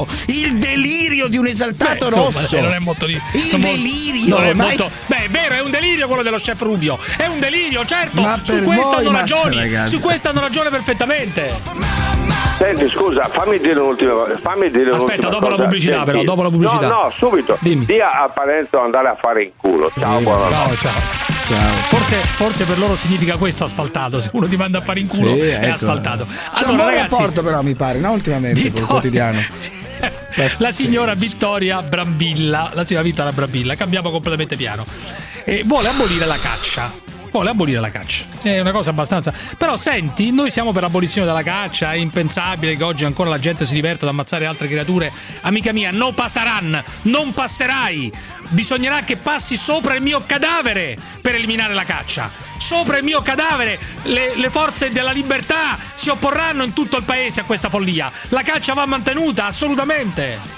Rosso. Non è molto il delirio. Non è molto. Beh, è vero, è un delirio quello dello chef Rubio. È un delirio, certo. Ma su questo hanno ragione. Ragazzi. Su questo hanno ragione perfettamente. Senti, scusa, fammi dire un'ultima. Aspetta, dopo la pubblicità, però. Dopo la pubblicità. No, subito. Dimmi. Dia a Parenzo andare a fare in culo. Ciao, buonanotte. Ciao. Forse per loro significa questo asfaltato. Se uno ti manda a fare in culo è asfaltato. C'è un buon rapporto però, mi pare, no? Ultimamente col quotidiano. La signora Vittoria Brambilla, cambiamo completamente piano, vuole abolire la caccia. vuole abolire la caccia. È una cosa abbastanza. Però senti, noi siamo per l'abolizione della caccia, è impensabile che oggi ancora la gente si diverta ad ammazzare altre creature. Amica mia, no passaran, non passerai. Bisognerà che passi sopra il mio cadavere per eliminare la caccia. Sopra il mio cadavere le forze della libertà si opporranno in tutto il paese a questa follia. La caccia va mantenuta, assolutamente.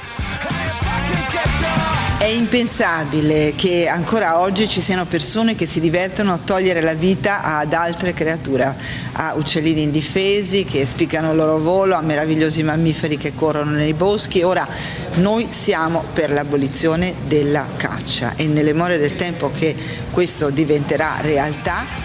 È impensabile che ancora oggi ci siano persone che si divertono a togliere la vita ad altre creature, a uccellini indifesi che spiccano il loro volo, a meravigliosi mammiferi che corrono nei boschi. Ora noi siamo per l'abolizione della caccia e nelle more del tempo che questo diventerà realtà.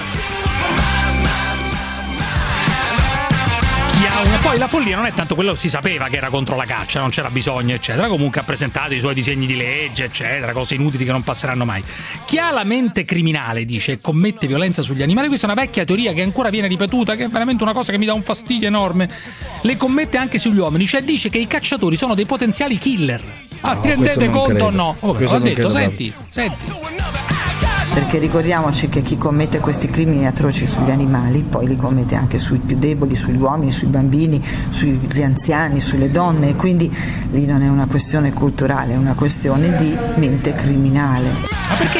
Poi la follia non è tanto quello, si sapeva che era contro la caccia, non c'era bisogno, eccetera. Comunque ha presentato i suoi disegni di legge, eccetera, cose inutili che non passeranno mai. Chi ha la mente criminale, dice, commette violenza sugli animali. Questa è una vecchia teoria che ancora viene ripetuta, che è veramente una cosa che mi dà un fastidio enorme. Le commette anche sugli uomini, cioè dice che i cacciatori sono dei potenziali killer. Vi rendete conto o no? L'ho detto, senti. Perché ricordiamoci che chi commette questi crimini atroci sugli animali poi li commette anche sui più deboli, sugli uomini, sui bambini, sugli anziani, sulle donne, e quindi lì non è una questione culturale, è una questione di mente criminale. Ma perché?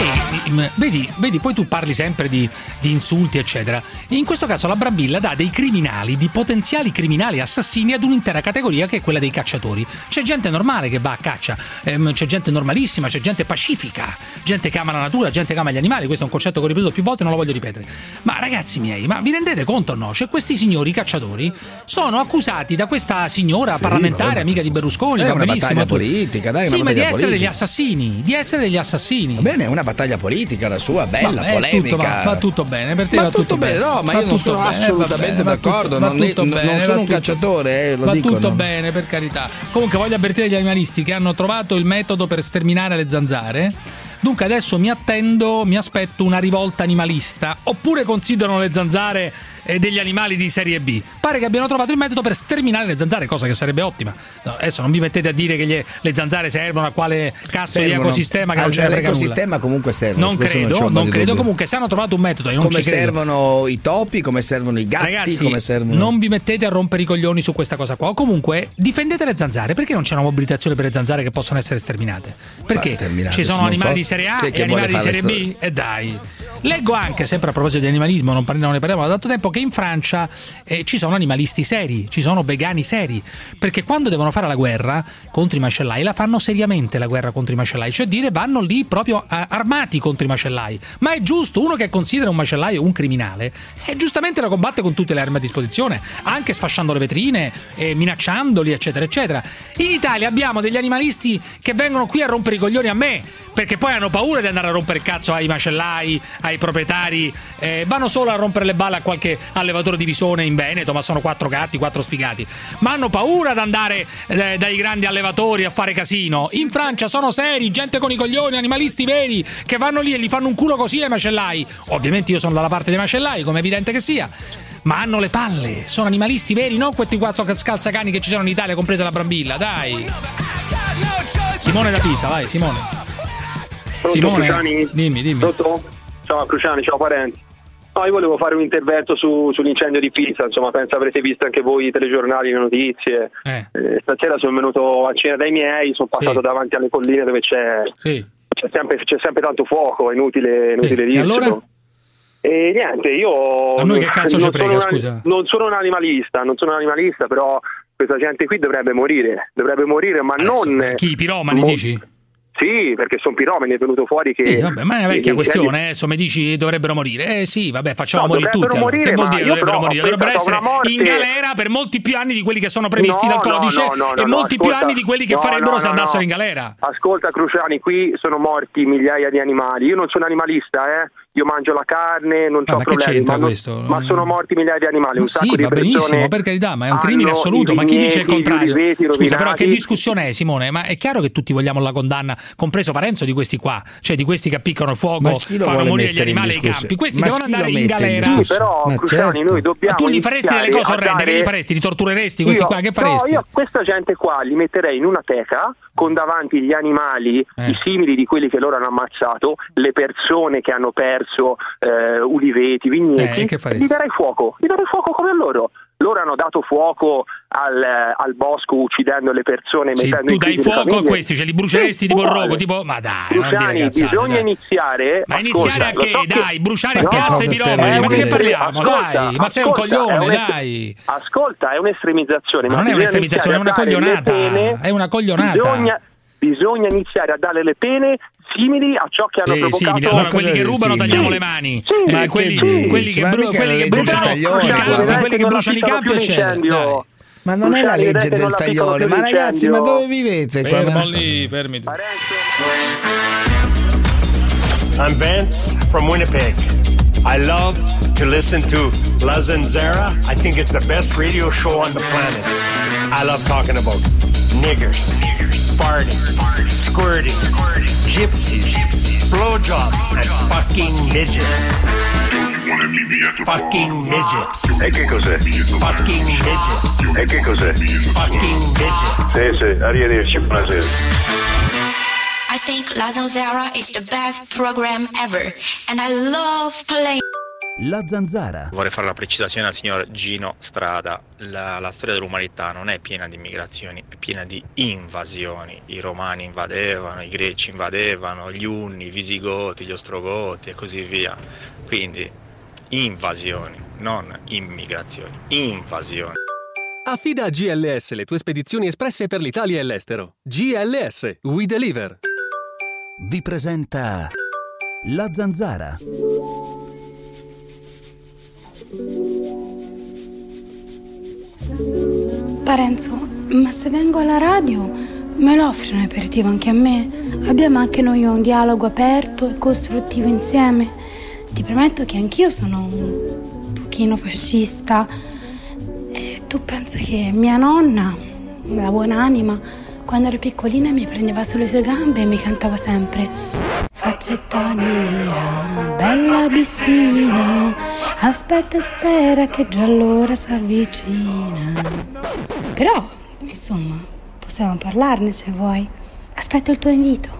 Vedi, poi tu parli sempre di insulti, eccetera. E in questo caso la Brambilla dà dei criminali, di potenziali criminali assassini ad un'intera categoria che è quella dei cacciatori. C'è gente normale che va a caccia, c'è gente normalissima, c'è gente pacifica, gente che ama la natura, gente che ama gli animali. Questo è un concetto che ho ripetuto più volte e non lo voglio ripetere. Ma ragazzi miei, ma vi rendete conto o no? Cioè questi signori cacciatori sono accusati da questa signora parlamentare, amica di Berlusconi, è una battaglia politica, dai, sì, ma di essere degli assassini, Va bene, è una battaglia politica la sua, bella, polemica. Va tutto bene, per te va va tutto bene. No, ma io non sono assolutamente d'accordo, non sono un cacciatore, lo dico. Va tutto bene, per carità. Comunque voglio avvertire gli animalisti che hanno trovato il metodo per sterminare le zanzare. Dunque adesso mi aspetto una rivolta animalista, oppure considerano le zanzare degli animali di serie B. Pare che abbiano trovato il metodo per sterminare le zanzare, cosa che sarebbe ottima. No, adesso non vi mettete a dire che le zanzare servono a quale cazzo di ecosistema che non c'è l'ecosistema comunque servono. Non credo. Comunque se hanno trovato un metodo, come servono i topi, come servono i gatti. Ragazzi, come servono... non vi mettete a rompere i coglioni su questa cosa qua. O comunque difendete le zanzare. Perché non c'è una mobilitazione per le zanzare che possono essere sterminate? Perché ci sono animali di serie A e animali di serie B? E dai. Leggo anche, sempre a proposito di animalismo, non ne parliamo da tanto tempo, che in Francia ci sono animalisti seri, ci sono vegani seri, perché quando devono fare la guerra contro i macellai la fanno seriamente, la guerra contro i macellai, cioè dire vanno lì proprio armati contro i macellai. Ma è giusto, uno che considera un macellaio un criminale giustamente la combatte con tutte le armi a disposizione, anche sfasciando le vetrine, minacciandoli, eccetera eccetera. In Italia abbiamo degli animalisti che vengono qui a rompere i coglioni a me, perché poi hanno paura di andare a rompere il cazzo ai macellai, ai proprietari, vanno solo a rompere le balle a qualche allevatore di visone in Veneto, ma sono 4 gatti, 4 sfigati, ma hanno paura di andare dai grandi allevatori a fare casino. In Francia sono seri, gente con i coglioni, animalisti veri, che vanno lì e gli fanno un culo così ai macellai. Ovviamente io sono dalla parte dei macellai, come è evidente che sia, ma hanno le palle, sono animalisti veri, non questi 4 scalzacani che ci sono in Italia, compresa la Brambilla, dai. Simone da Pisa, vai Simone. Simone, Cruciani? Dimmi. Ciao Cruciani, ciao Parenti. No, io volevo fare un intervento sull'incendio di Pisa, insomma, penso avrete visto anche voi i telegiornali, le notizie. Stasera sono venuto a cena dai miei, sono passato davanti alle colline dove c'è sempre tanto fuoco, è inutile dirlo. Allora? E niente, io a noi che cazzo ci frega, scusa? Non sono un animalista, però questa gente qui dovrebbe morire, ma non... Chi, i piromani dici? Sì, perché sono piromani, è venuto fuori che... vabbè, ma è una vecchia questione, adesso mi dici dovrebbero morire. Sì, vabbè, facciamo morire tutti. Morire, che vuol dire dovrebbero morire? Dovrebbero essere in galera per molti più anni di quelli che sono previsti dal codice e molti più anni di quelli che farebbero se andassero in galera. Ascolta Cruciani, qui sono morti migliaia di animali. Io non sono animalista, io mangio la carne, non ho problemi, ma sono morti migliaia di animali, un sacco di persone. Benissimo, per carità, ma è un crimine assoluto, ma chi dice il contrario? Scusa, però che discussione è, Simone? Ma è chiaro che tutti vogliamo la condanna, compreso Parenzo, di questi qua, cioè di questi che appiccano il fuoco, fanno morire gli animali ai campi. Questi devono andare in galera. Sì, però Cruciani, noi dobbiamo. Ma tu gli faresti delle cose orrende, che gli faresti? Li tortureresti questi qua? Che faresti? No, io questa gente qua li metterei in una teca con davanti gli animali, i simili di quelli che loro hanno ammazzato, le persone che hanno perso verso uliveti, vigneti, gli darei fuoco come loro. Loro hanno dato fuoco al bosco uccidendo le persone. Sì, tu dai fuoco a questi, ce li bruceresti tipo il rogo, tipo, ma dai, Luciani, bisogna iniziare. Ma iniziare a che? Dai, bruciare piazze di Roma, ma di che parliamo? Dai, ma sei un coglione, dai. Ascolta, è un'estremizzazione. Ma non è un'estremizzazione, è una coglionata. È una coglionata. Bisogna iniziare a dare le pene simili a ciò che hanno provocato. Simili. Allora quelli che rubano tagliamo le mani, quelli che bruciano i campi, eccetera. Ma non è la legge del taglione, ma ragazzi, ma dove vivete? Fermi. I'm Vance from Winnipeg. I love to listen to La Zanzara. I think it's the best radio show on the planet. I love talking about niggers, farting, squirting, gypsies, blowjobs, and fucking midgets. Fucking midgets. E che cos'è? Fucking midgets. E che cos'è? Fucking midgets. Sì, arrivederci, buonasera. I think La Zanzara is the best program ever and I love playing. La Zanzara. Vorrei fare la precisazione al signor Gino Strada. La storia dell'umanità non è piena di migrazioni, è piena di invasioni. I romani invadevano, i greci invadevano, gli unni, i visigoti, gli ostrogoti e così via. Quindi invasioni, non immigrazioni, invasioni. Affida a GLS le tue spedizioni espresse per l'Italia e l'estero. GLS, we deliver. Vi presenta La Zanzara. Parenzo, ma se vengo alla radio me lo offri un aperitivo anche a me? Abbiamo anche noi un dialogo aperto e costruttivo insieme. Ti premetto che anch'io sono un pochino fascista. E tu pensa che mia nonna, la buonanima, quando ero piccolina mi prendeva sulle sue gambe e mi cantava sempre: faccetta nera, bella bissina, aspetta e spera che già l'ora s'avvicina. Però, insomma, possiamo parlarne se vuoi. Aspetto il tuo invito.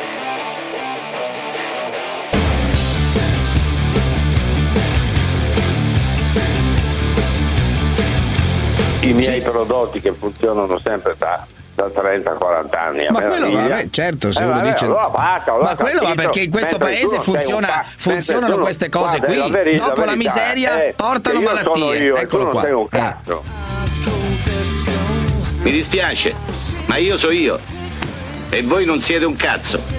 I miei prodotti che funzionano sempre da 30-40 anni. Ma quello va, certo, se uno dice. Ma quello va perché in questo paese funzionano queste cose qui. Dopo la miseria portano malattie. Eccolo qua. Mi dispiace, ma io so io. E voi non siete un cazzo.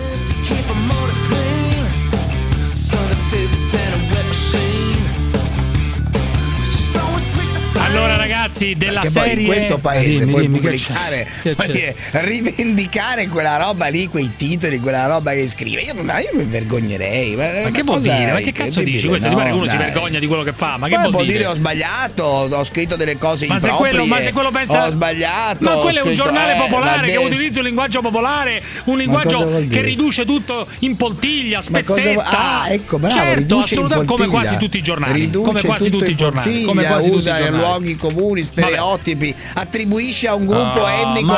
Allora ragazzi, della perché serie poi in questo paese puoi pubblicare, rivendicare quella roba lì, quei titoli, quella roba che scrive. Io mi vergognerei. Ma che vuol dire? Ma che cazzo dici? Questo ti pare che uno si vergogna di quello che fa? Ma che vuol dire? Ho sbagliato, ho scritto delle cose improprie. Ma se quello pensa, ho sbagliato. Ma quello è un giornale popolare che utilizza un linguaggio popolare, un linguaggio che riduce tutto in poltiglia, spezzetta. Ecco, bravo. Certo, assolutamente, come quasi tutti i giornali. Come quasi tutti i giornali. Come quasi tutti i giornali. Luoghi comuni, stereotipi, attribuisce a un gruppo etnico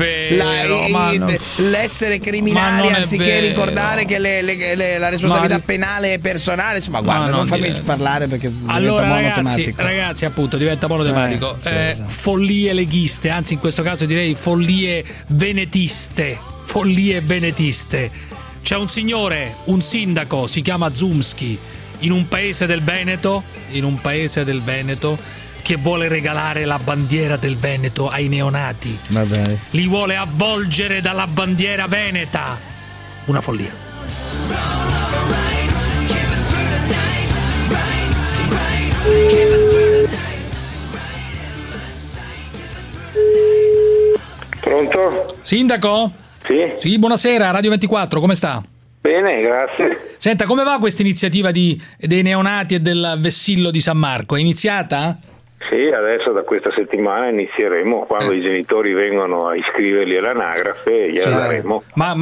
l'essere criminali anziché ricordare che la responsabilità penale è personale. Insomma, guarda, non fammi parlare perché allora ragazzi, appunto, diventa monotematico. Follie leghiste, anzi in questo caso direi follie venetiste. C'è un signore, un sindaco, si chiama Zumski, in un paese del Veneto, che vuole regalare la bandiera del Veneto ai neonati. Vabbè. Li vuole avvolgere dalla bandiera veneta. Una follia. Pronto? Sindaco? Sì, buonasera, Radio 24, come sta? Bene, grazie. Senta, come va questa iniziativa dei neonati e del vessillo di San Marco? È iniziata? Sì, adesso da questa settimana inizieremo, quando i genitori vengono a iscriverli all'anagrafe, gliela daremo.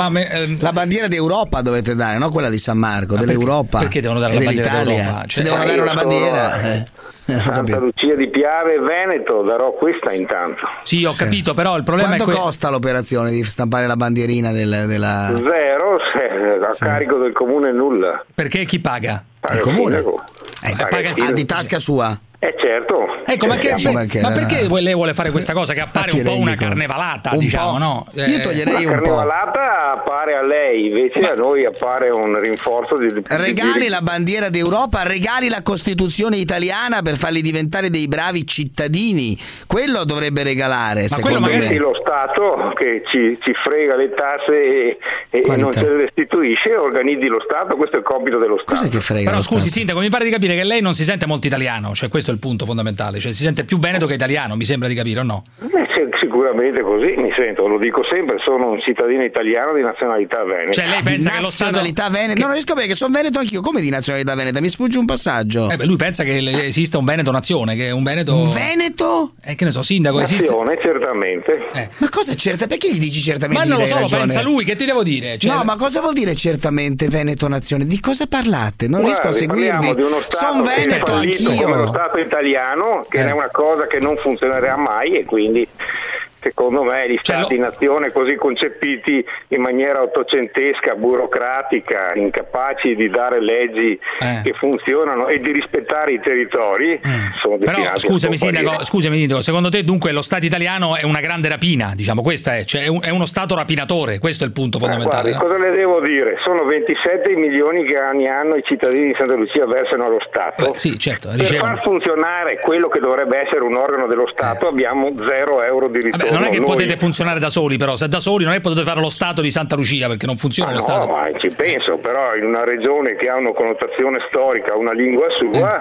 La bandiera d'Europa dovete dare, no quella di San Marco, dell'Europa. Perché devono dare la bandiera d'Europa? Cioè, devono dare una bandiera. Santa Lucia di Piave e Veneto, darò questa intanto. Sì, ho capito, però il problema Quanto è costa l'operazione di stampare la bandierina della... Zero, a carico del comune nulla. Perché chi paga? Il comune. Paga di tasca sua. Certo. Ecco, ma perché lei vuole fare questa cosa che appare un po' una carnevalata, diciamo, no? Io toglierei un po'. La carnevalata appare a lei, invece a noi appare un rinforzo di... Regali la bandiera d'Europa, regali la Costituzione italiana per farli diventare dei bravi cittadini. Quello dovrebbe regalare, secondo me. Lo Stato che ci frega le tasse e non ce le restituisce, organizzi lo Stato, questo è il compito dello Stato. Cosa ti frega? Però scusi, sindaco, mi pare di capire che lei non si sente molto italiano, cioè questo è il punto fondamentale, cioè si sente più veneto che italiano, mi sembra di capire, o no? Sicuramente così, mi sento, lo dico sempre, sono un cittadino italiano di nazionalità veneta. Cioè lei pensa che lo Stato... veneta? Non riesco a capire che sono veneto anch'io, come di nazionalità veneta? Mi sfugge un passaggio. Lui pensa che esista un Veneto nazione, che è un Veneto... Un Veneto? Che ne so, sindaco, esiste... Nazione, certamente. Ma cosa certa? Perché gli dici certamente? Ma non lo so, lo pensa lui, che ti devo dire? Cioè... No, ma cosa vuol dire certamente Veneto nazione? Di cosa parlate? Non riesco a seguirvi. Sono veneto anch'io. Come lo Stato italiano, che è una cosa che non funzionerà mai, e quindi secondo me gli stati-nazione così concepiti in maniera ottocentesca, burocratica, incapaci di dare leggi che funzionano e di rispettare i territori, sono destinati. Però scusami sindaco, secondo te dunque lo Stato italiano è una grande rapina, diciamo, questa è, cioè è uno Stato rapinatore, questo è il punto fondamentale. Guardi, cosa le devo dire? Sono 27 i milioni che ogni anno i cittadini di Santa Lucia versano allo Stato. Sì, certo. Per far funzionare quello che dovrebbe essere un organo dello Stato abbiamo 0 euro di ritorno. Non è che potete funzionare da soli, però se da soli non è che potete fare lo Stato di Santa Lucia, perché non funziona lo Stato. No, ma ci penso, però in una regione che ha una connotazione storica, una lingua sua,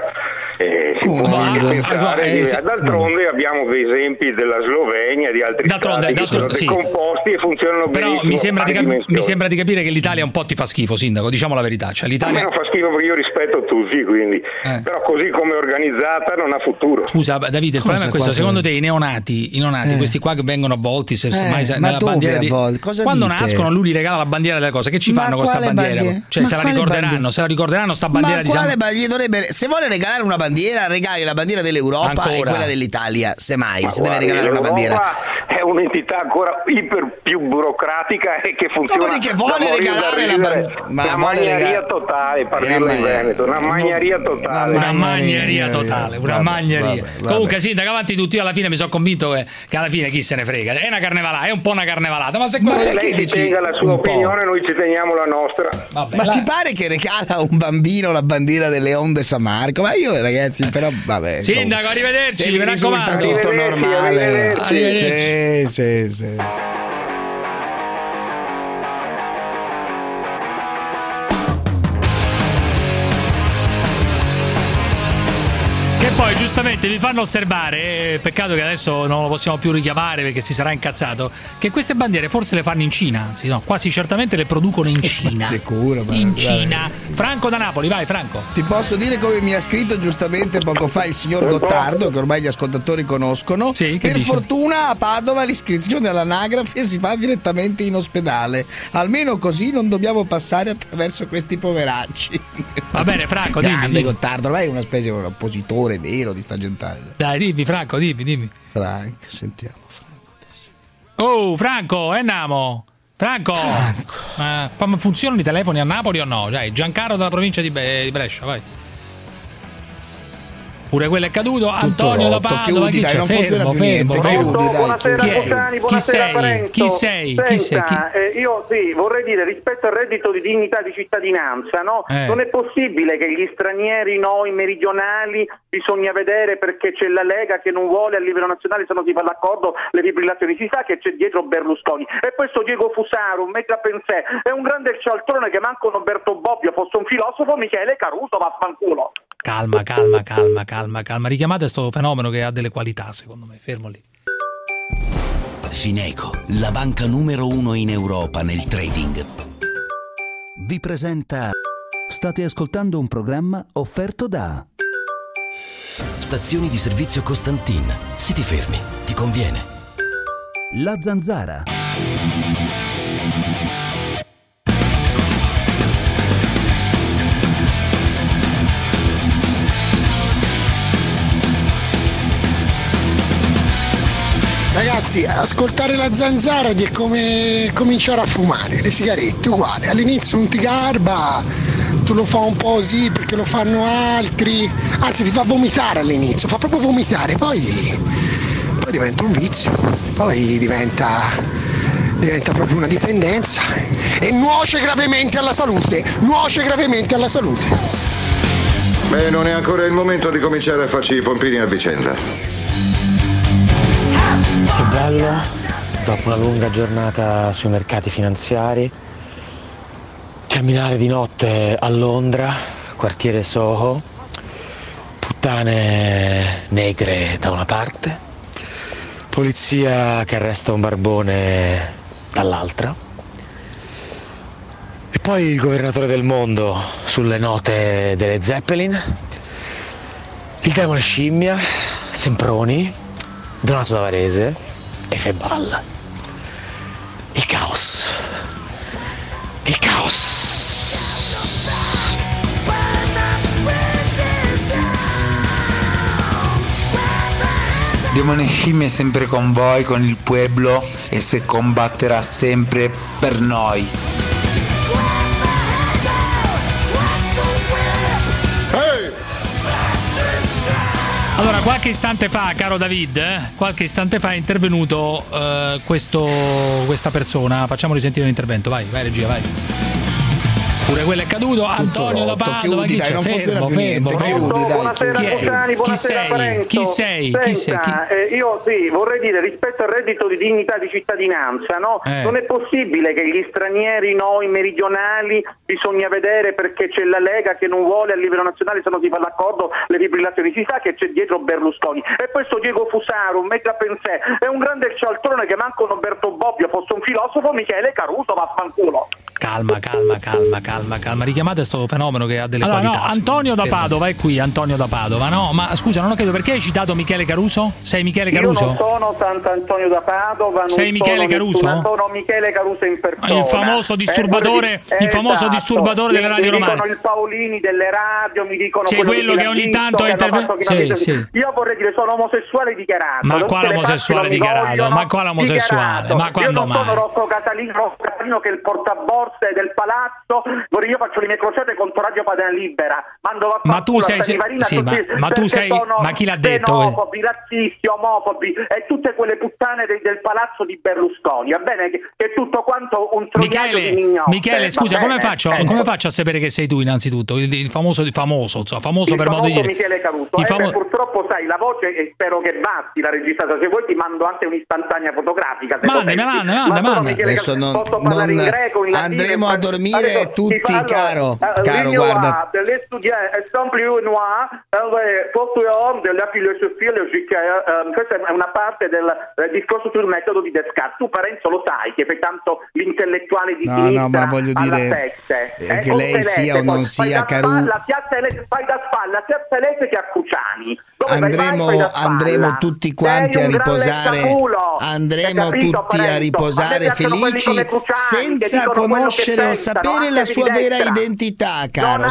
si può anche pensare. D'altronde abbiamo dei esempi della Slovenia e di altri stati che sono decomposti e funzionano benissimo. Però mi sembra di capire che l'Italia un po' ti fa schifo, sindaco, diciamo la verità. Cioè, l'Italia... A me non fa schifo perché io rispetto tutti, quindi. Però così come è organizzata non ha futuro. Scusa Davide, il problema è questo, secondo te i neonati questi qua che vengono avvolti nella bandiera quando nascono lui gli regala la bandiera delle cose, che ci fanno con sta bandiera? Cioè se la ricorderanno sta bandiera di se vuole regalare una bandiera, regali la bandiera dell'Europa e quella dell'Italia, semmai se deve regalare una bandiera. È un'entità ancora più burocratica e che funziona. Ma che vuole regalare la bandiera? Una magnaria totale, parliamo in Veneto, una magnaria totale. Una magnaria totale, una magnaria. Comunque sindaco, avanti tutti, alla fine mi sono convinto che alla fine chi se ne frega, è una carnevalata, è un po' una carnevalata, ma se lei ci tenga la sua opinione, noi ci teniamo la nostra. Vabbè, ma ti pare che regala un bambino la bandiera delle Onde San Marco? Ma io ragazzi, però vabbè. Sindaco, arrivederci, mi raccomando. Tutto normale. Arrivederci. Sì. Che poi giustamente vi fanno osservare, peccato che adesso non lo possiamo più richiamare perché si sarà incazzato, che queste bandiere forse le fanno in Cina, anzi no, quasi certamente le producono in Cina. Sicuro. In Cina. Franco da Napoli, vai Franco. Ti posso dire come mi ha scritto giustamente poco fa il signor Gottardo, che ormai gli ascoltatori conoscono. Sì, per dice? Fortuna a Padova l'iscrizione all'anagrafe si fa direttamente in ospedale. Almeno così non dobbiamo passare attraverso questi poveracci. Va bene Franco, dimmi. Gottardo, ormai è una specie di un oppositore vero di sta gentaglia. Dai, dimmi Franco, dimmi. Franco, sentiamo Franco adesso. Oh Franco, andiamo. Franco. Ma funzionano i telefoni a Napoli o no? Dai, Giancarlo della provincia di Brescia, vai. Pure quello è caduto. Antonio da Padova. Chiudi, dai, non funziona più niente. Buonasera Cusani, buonasera Parenzo. Chi sei? Io vorrei dire, rispetto al reddito di dignità di cittadinanza, no? Non è possibile che gli stranieri, noi meridionali, bisogna vedere perché c'è la Lega che non vuole a livello nazionale, se non si fa l'accordo, le fibrillazioni. Si sa che c'è dietro Berlusconi. E questo Diego Fusaro, mette a pensare, è un grande cialtrone che manco Roberto Bobbio fosse un filosofo, Michele Caruso, vaffanculo. Calma. Richiamate sto fenomeno che ha delle qualità, secondo me. Fermo lì. Fineco, la banca numero 1 in Europa nel trading, vi presenta. State ascoltando un programma offerto da Stazioni di servizio Costantin. Se ti fermi, ti conviene. La Zanzara. Ragazzi, ascoltare la Zanzara è come cominciare a fumare le sigarette, uguale. All'inizio non ti garba, tu lo fai un po' così perché lo fanno altri, anzi ti fa vomitare all'inizio, fa proprio vomitare, poi diventa un vizio, poi diventa proprio una dipendenza e nuoce gravemente alla salute. Beh, non è ancora il momento di cominciare a farci i pompini a vicenda. Che bello, dopo una lunga giornata sui mercati finanziari, camminare di notte a Londra, quartiere Soho, puttane negre da una parte, polizia che arresta un barbone dall'altra, e poi il governatore del mondo sulle note delle Zeppelin, il demone scimmia, Semproni, Donato da Varese e Febbal. Il caos. Demone scimmia è sempre con voi, con il pueblo, e se combatterà sempre per noi. Allora, qualche istante fa, caro David, è intervenuto questa persona. Facciamo risentire l'intervento. Vai regia, vai. Pure quello è caduto. Antonio da Padova. Chiudi, dai, non funziona più niente. Buonasera Cruciani, buonasera Parenzo. Chi sei? Io vorrei dire, rispetto al reddito di dignità di cittadinanza, no? Non è possibile che gli stranieri, noi meridionali, bisogna vedere perché c'è la Lega che non vuole a livello nazionale, se non si fa l'accordo, le fibrillazioni. Si sa che c'è dietro Berlusconi. E questo Diego Fusaro, un mezza pensè, è un grande cialtrone che manco Roberto Bobbio fosse un filosofo, Michele Caruso, vaffanculo. Calma. Richiamate sto fenomeno che ha delle qualità. No, Antonio da Padova è qui, Antonio da Padova. No, ma scusa, non ho capito perché hai citato Michele Caruso? Sei Michele Caruso? Io non sono Sant'Antonio da Padova. Sei Michele Caruso? Sono Michele Caruso in persona. Il famoso disturbatore, delle radio romane. Mi dicono il Paolini delle radio, mi dicono quello che ogni tanto è intervenuto. Sì. Io vorrei dire, sono omosessuale dichiarato. Ma quale omosessuale dichiarato? Ma quale omosessuale? Ma quando mai? Io non sono Rocco Catalino che è il portaborse del palazzo. Io faccio le mie crociate contro Radio Padana Libera. Ma tu sei ma chi l'ha detto? Xenofobi, razzisti, omofobi e tutte quelle puttane del palazzo di Berlusconi. Va bene che è tutto quanto un troviaggio di mignotte. Michele, scusa, come faccio a sapere che sei tu innanzitutto? Il famoso per modo di dire. Michele Caruso. Purtroppo sai la voce e spero che basti la registrata. Se vuoi ti mando anche un'istantanea fotografica. Manda. Adesso non andremo a dormire tutti, caro, guarda. Della filosofia logica, questa è una parte del discorso sul metodo di Descartes. Tu Parenzo lo sai che fai tanto l'intellettuale di sinistra. No, ma voglio dire che lei sia o non sia Caruso. Fai da spalla sia a Pelese che a Cruciani. Andremo tutti quanti a riposare. Andremo tutti a riposare felici senza conoscere o sapere la sua vera identità, caro.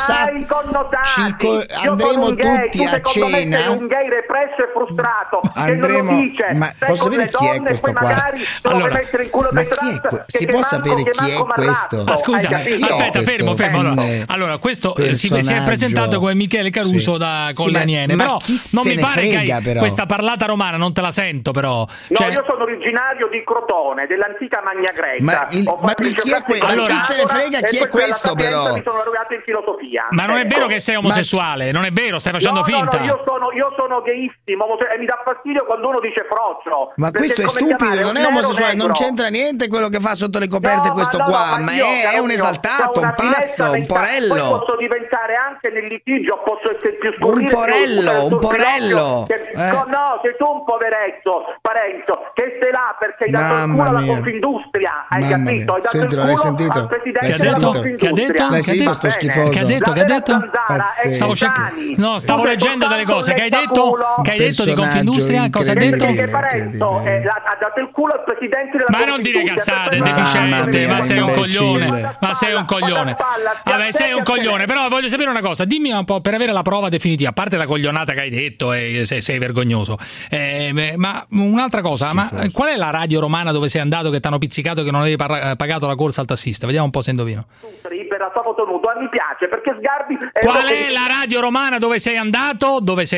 Andremo tutti a cena. Un gay represso e frustrato. Ma posso sapere chi è questo qua? Allora, si può sapere chi è questo? Ma scusa, aspetta, fermo. Allora, questo si è presentato come Michele Caruso con le Aniene, però non mi pare che questa parlata romana non te la sento, però. No, io sono originario di Crotone, dell'antica Magna Grecia. Ma di chi è questo? Allora, chi se ne frega chi è questo, però? Mi sono laureato in filosofia. Ma non è vero che sei omosessuale, non è vero, stai facendo finta. No, io sono gayissimo e mi dà fastidio quando uno dice frocio. Ma questo è stupido, non è omosessuale, non c'entra niente quello che fa sotto le coperte questo qua, ma è un esaltato, un pazzo, un porello. Poi posso diventare anche nel litigio posso essere più scurrile. Un porello. No, sei tu un poveretto, Parenzo, che stai là perché hai dato il culo alla Confindustria, hai capito? Hai dato il culo al presidente della Confindustria. L'hai sentito sto schifoso? Che ha detto? Stavo leggendo delle cose. Che hai detto di Confindustria? Cosa ha detto? Che Parenzo ha dato il culo al presidente della Confindustria. Ma non dire cazzate, deficiente, ma sei un coglione. Vabbè, sei un coglione, però voglio sapere una cosa, dimmi un po' per avere la prova definitiva, a parte la coglionata che hai detto e sei vergognoso, ma un'altra cosa, ma qual è la radio romana dove sei andato che ti hanno pizzicato che non avevi pagato la corsa al tassista? Vediamo un po' se indovino. Mi piace perché Sgarbi qual è la radio romana dove sei andato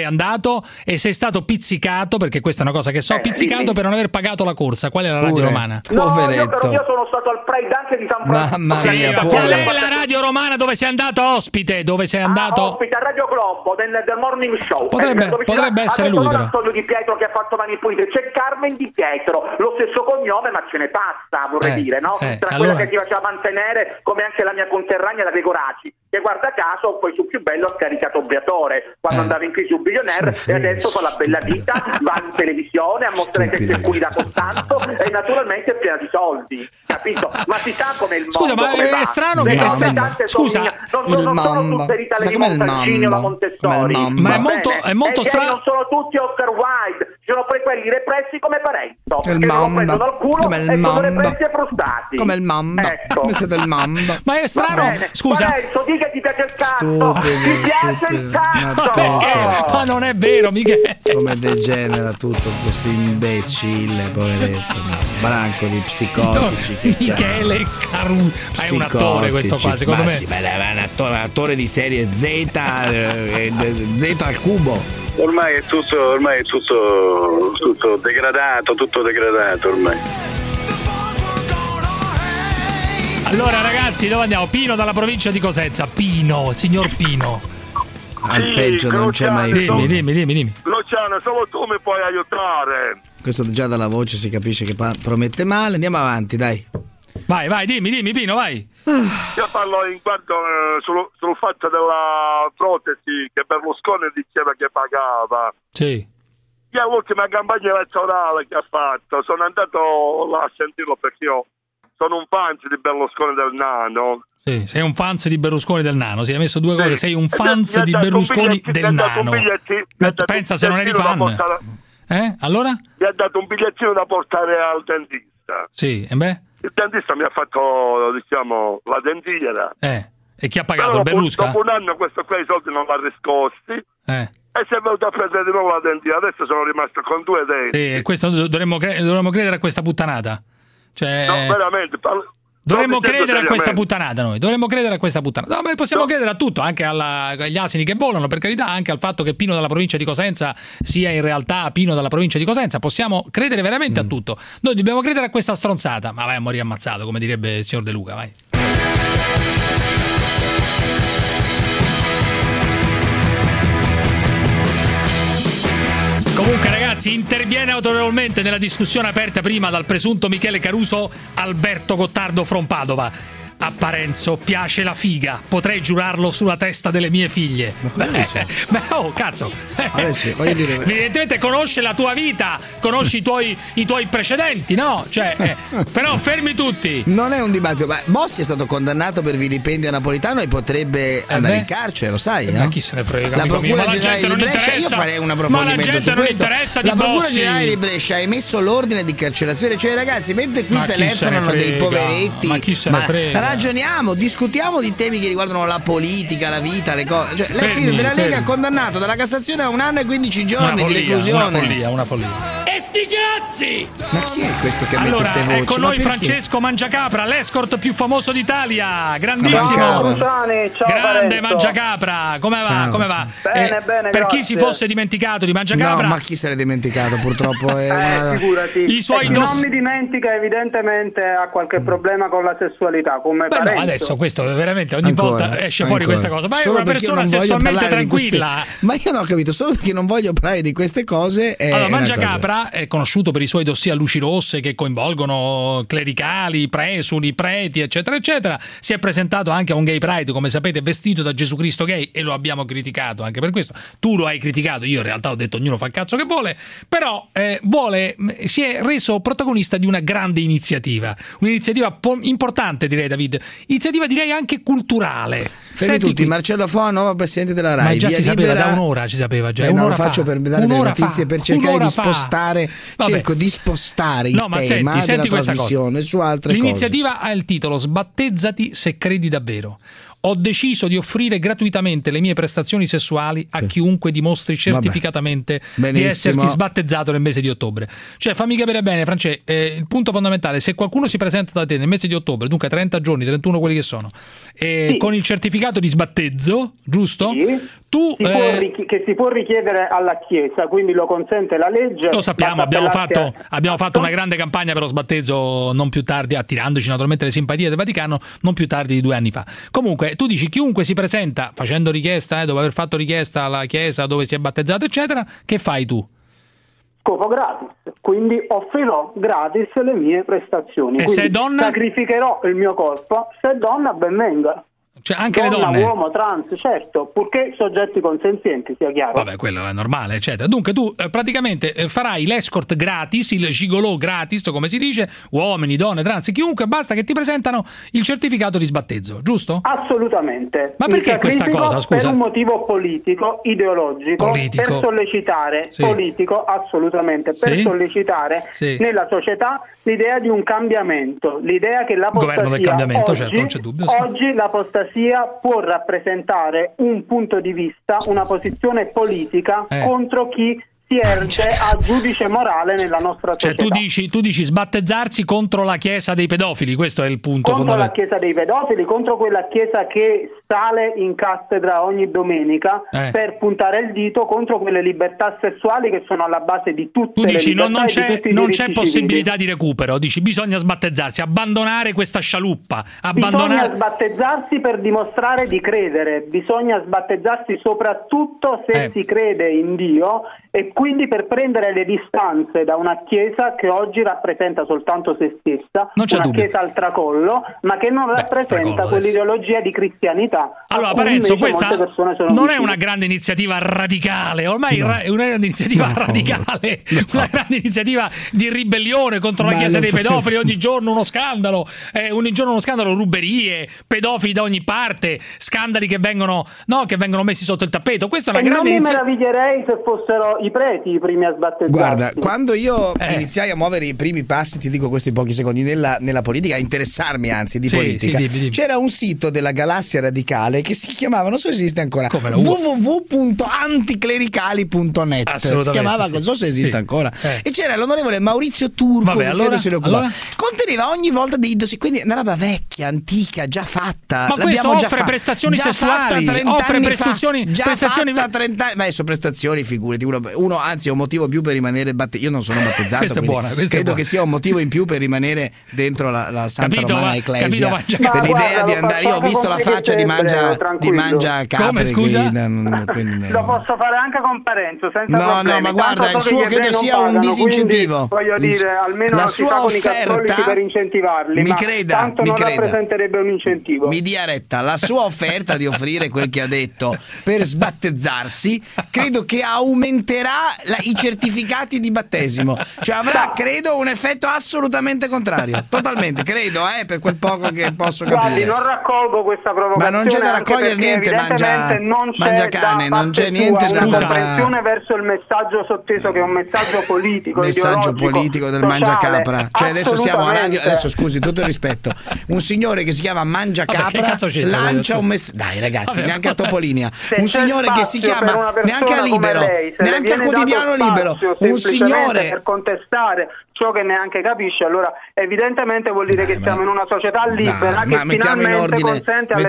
e sei stato pizzicato, perché questa è una cosa che so, pizzicato per non aver pagato la corsa? Qual è la radio romana? No, io sono stato al Pride anche di San Francisco. Qual è la radio romana dove sei andato ospite? Ospite a Radio Globo del Morning Show. Potrebbe essere lui, però. Antonio Di Pietro che ha fatto Mani Pulite, c'è Carmen Di Pietro, lo stesso cognome, ma ce ne passa, vorrei dire, no? Tra quella che ti faceva mantenere, come anche la mia conterranea, la Gregoraci, che guarda caso poi su Più Bello ha scaricato Obbliatore quando andava in crisi Billionaire e adesso fa la bella vita, va in televisione a mostrare che si curi da Costanzo e naturalmente è piena di soldi, capito? Ma si sa come il mondo. Scusa, ma è strano che scusa, non sono tutte Rita Levi Montalcini o la Montessori, ma è molto strano. Non sono tutti Oscar Wilde, ci sono poi quelli repressi come Parenzo, che lo prendono al culo e sono repressi e frustati come il Mamba, come siete il Mamba. Ma è strano, scusa, Parenzo, dica ti piace il cazzo, ti piace il cazzo, ma non è vero, Michele. Come degenera tutto questo imbecille, poveretto, branco di psicotici. Michele Caruso, è un attore questo qua, secondo me. Sì, è un attore di serie Z al cubo. Ormai è tutto degradato, ormai. Allora ragazzi, dove andiamo? Pino dalla provincia di Cosenza. Signor Pino. Al peggio non c'è mai fine. Dimmi. Luciano, solo tu mi puoi aiutare. Questo già dalla voce si capisce che promette male. Andiamo avanti, dai. Vai, dimmi Pino, vai. Io parlo in quanto sul fatto della protesi che Berlusconi diceva che pagava. Sì. Io l'ultima campagna elettorale che ha fatto sono andato là a sentirlo perché io sono un fan di Berlusconi del Nano. Sì, sei un fan di Berlusconi del Nano. Si è messo due cose, sei un fan di Berlusconi del Nano. Pensa se non eri fan. Allora? Mi ha dato un bigliettino da portare al dentista. Sì, e beh? Il dentista mi ha fatto, diciamo, la dentiera. E chi ha pagato? Il Berlusca? Dopo un anno questo qua i soldi non l'ha riscosti. E si è venuto a prendere di nuovo la dentiera. Adesso sono rimasto con 2 denti. Sì, e questo dovremmo credere a questa puttanata. Cioè, no, veramente. Dovremmo credere a questa puttanata noi. No, ma possiamo credere a tutto, anche agli asini che volano, per carità, anche al fatto che Pino dalla provincia di Cosenza sia in realtà Pino dalla provincia di Cosenza. Possiamo credere veramente a tutto. Noi dobbiamo credere a questa stronzata. Ma vai a morire ammazzato, come direbbe il signor De Luca, vai. Comunque ragazzi, interviene autorevolmente nella discussione aperta prima dal presunto Michele Caruso Alberto Gottardo from Padova. A Parenzo piace la figa, potrei giurarlo sulla testa delle mie figlie. Cazzo. Adesso voglio dire, evidentemente conosce la tua vita, conosci i tuoi precedenti, no? Cioè, però fermi tutti. Non è un dibattito, ma Bossi è stato condannato per vilipendio napoletano e potrebbe andare in carcere, lo sai? Ma chi se ne frega? La Procura Generale di Brescia, io farei un approfondimento su questo. La Procura Generale di Brescia ha emesso l'ordine di carcerazione, cioè ragazzi, mentre qui telefonano dei poveretti, ma chi se ne frega? Ragioniamo, discutiamo di temi che riguardano la politica, la vita, le cose. Cioè, l'ex leader della Lega condannato dalla Cassazione a 1 anno e 15 giorni di reclusione. Una follia. E sti cazzi! Ma chi è questo che mette ste voci? Con noi Francesco Mangiacapra, l'escort più famoso d'Italia. Grandissimo. Ciao, grande Parenzo. Mangiacapra. Come va? Come va? Bene, per chi si fosse dimenticato di Mangiacapra? No, ma chi se l'è dimenticato purtroppo? Figurati. Non mi dimentica, evidentemente ha qualche problema con la sessualità, come come Parenzo. No, adesso questo veramente ogni volta esce fuori questa cosa, ma solo è una persona sessualmente tranquilla. Ma io non ho capito, solo perché non voglio parlare di queste cose. Allora, Mangiacapra è conosciuto per i suoi dossier a luci rosse che coinvolgono clericali, presuli, preti, eccetera, eccetera. Si è presentato anche a un gay pride, come sapete, vestito da Gesù Cristo gay, e lo abbiamo criticato anche per questo. Tu lo hai criticato, io in realtà ho detto ognuno fa il cazzo che vuole, però si è reso protagonista di una grande iniziativa, un'iniziativa importante, direi, David, iniziativa direi anche culturale. Fermi tutti, Marcello Foa, nuovo presidente della RAI. Ma già si sapeva da un'ora, ci sapeva già. Non lo faccio per dare delle notizie, per cercare di spostare, cerco di spostare il tema della trasmissione su altre cose. L'iniziativa ha il titolo "Sbattezzati se credi davvero". Ho deciso di offrire gratuitamente le mie prestazioni sessuali a chiunque dimostri certificatamente di essersi sbattezzato nel mese di ottobre. Cioè, fammi capire bene, France, il punto fondamentale: se qualcuno si presenta da te nel mese di ottobre, dunque 30 giorni, 31 quelli che sono, con il certificato di sbattezzo, giusto? Sì. Tu che si può richiedere alla Chiesa, quindi lo consente la legge. Lo sappiamo, abbiamo fatto una grande campagna per lo sbattezzo non più tardi, attirandoci naturalmente le simpatie del Vaticano, non più tardi di 2 anni fa. Comunque, tu dici chiunque si presenta facendo richiesta, dopo aver fatto richiesta alla Chiesa dove si è battezzato, eccetera, che fai tu? Scopo gratis, quindi offrirò gratis le mie prestazioni. E se è donna? Sacrificherò il mio corpo, se è donna ben venga. Cioè anche donna, le donne, uomo, trans, certo, purché soggetti consenzienti, sia chiaro. Vabbè, quello è normale, eccetera. Dunque tu praticamente farai l'escort gratis, il gigolò gratis, come si dice, uomini, donne, trans, chiunque, basta che ti presentano il certificato di sbattezzo, giusto? Assolutamente. Ma perché questa cosa, scusa? Per un motivo politico, ideologico, per sollecitare, politico, assolutamente, per sollecitare nella società l'idea di un cambiamento, l'idea che l'apostasia, governo del cambiamento, certo, non c'è dubbio. Oggi l'apostasia può rappresentare un punto di vista, una posizione politica contro chi si erge a giudice morale nella nostra società. Cioè tu dici sbattezzarsi contro la Chiesa dei pedofili, questo è il punto fondamentale. Contro la Chiesa dei pedofili, contro quella Chiesa che sale in cattedra ogni domenica per puntare il dito contro quelle libertà sessuali che sono alla base di tutte le libertà. Non c'è possibilità di recupero, dici bisogna sbattezzarsi, abbandonare questa scialuppa, bisogna sbattezzarsi per dimostrare di credere, bisogna sbattezzarsi soprattutto se si crede in Dio, e quindi per prendere le distanze da una Chiesa che oggi rappresenta soltanto se stessa, una Chiesa al tracollo, ma che non rappresenta quell'ideologia di cristianità. Allora Parenzo, questa non è una grande iniziativa radicale, ormai è una grande iniziativa radicale, una grande iniziativa di ribellione contro la Chiesa dei pedofili. Ogni giorno uno scandalo, ruberie, pedofili da ogni parte, scandali che vengono messi sotto il tappeto. Questa è una grande iniziativa. Non mi meraviglierei se fossero i preti i primi a sbattezzarsi. Guarda, quando io iniziai a muovere i primi passi, ti dico questi pochi secondi, nella politica, a interessarmi anzi di politica, c'era un sito della Galassia Radicale che si chiamava, non so se esiste ancora, www.anticlericali.net. Si chiamava, non so se esiste ancora. E c'era l'onorevole Maurizio Turco, conteneva ogni volta dei dossier, quindi una roba vecchia, antica, già fatta. Ma questo offre prestazioni sessuali, offre prestazioni fatta 30 anni. Ma adesso prestazioni, figurati, uno anzi è un motivo in più per rimanere io non sono battezzato, credo che sia un motivo in più per rimanere dentro la Santa Romana Ecclesia, per l'idea di andare. Io ho visto la faccia di Mangia Capra. Come, scusa? Lo posso fare anche con Parenzo senza problemi. No, ma guarda, il suo credo sia un disincentivo. Voglio dire, almeno la sua offerta per incentivarli, mi creda, tanto non rappresenterebbe un incentivo. Mi dia retta, la sua offerta di offrire quel che ha detto per sbattezzarsi credo che aumenterà i certificati di battesimo, cioè avrà credo un effetto assolutamente contrario, totalmente, credo, per quel poco che posso capire. Guardi, non raccolgo questa provocazione. Ma non c'è da raccogliere niente, mangia cane, non c'è niente da comprensione verso il messaggio sotteso, che è un messaggio politico, messaggio politico del Mangiacapra. Cioè adesso siamo a radio, adesso scusi, tutto il rispetto, un signore che si chiama Mangiacapra lancia un messaggio, dai ragazzi, neanche a Topolinia, un signore che si chiama neanche a Libero, neanche al Quotidiano Libero, un signore per contestare ciò che neanche capisce, allora evidentemente vuol dire che siamo in una società libera che finalmente consente alle persone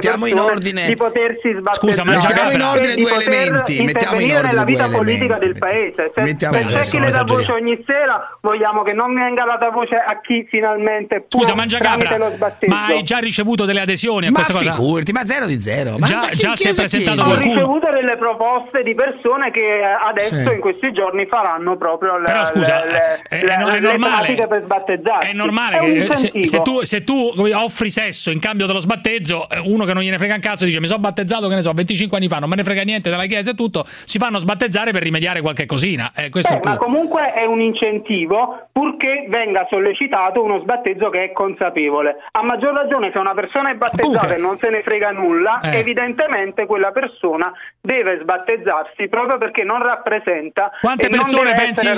ordine. Di potersi sbattere. Scusa, mettiamo in ordine due elementi. Mettiamo in ordine nella vita due politica elementi. del paese. Mettiamo Se chi le dà voce ogni sera, vogliamo che non venga data voce a chi finalmente può. Scusa, Mangiacapra, ma hai già ricevuto delle adesioni a questa cosa? Ma figurati, ma 0 di 0. Già si è presentato qualcuno? Ho ricevuto delle proposte di persone che adesso in questi giorni faranno proprio però scusa, è normale per sbattezzarsi. È normale che se tu offri sesso in cambio dello sbattezzo, uno che non gliene frega un cazzo dice mi sono battezzato, che ne so, 25 anni fa, non me ne frega niente della chiesa e tutto, si fanno sbattezzare per rimediare qualche cosina. Ma comunque è un incentivo, purché venga sollecitato uno sbattezzo che è consapevole. A maggior ragione se una persona è battezzata e non se ne frega nulla, evidentemente quella persona deve sbattezzarsi proprio perché non rappresenta quante persone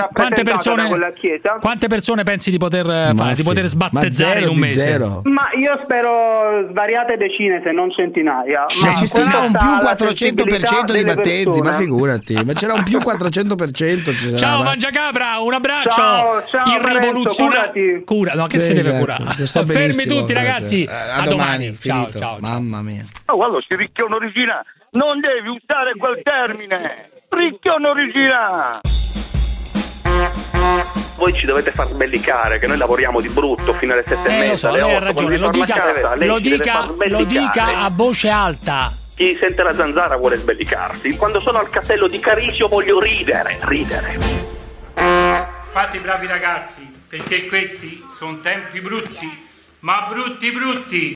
pensi di poter sbattezzare in un mese? Zero. Ma io spero svariate decine se non centinaia. Ma ci sarà un più 400% di battezzi, persone. Ma figurati, ma c'era un più 400%. Ciao Mangiacapra, un abbraccio. Ciao, il rivoluzionario. No, che si deve curare? Fermi tutti ragazzi. A domani. Finito. Ciao. Mamma mia. Guarda, sti ricchione originale. Non devi usare quel termine. Ricchione originale. Voi ci dovete far sbellicare che noi lavoriamo di brutto fino alle 7:30. Lo so, lei ha ragione, lo dica a voce alta. Chi sente la zanzara vuole sbellicarsi. Quando sono al castello di Carisio voglio ridere. Fate i bravi ragazzi, perché questi sono tempi brutti, ma brutti.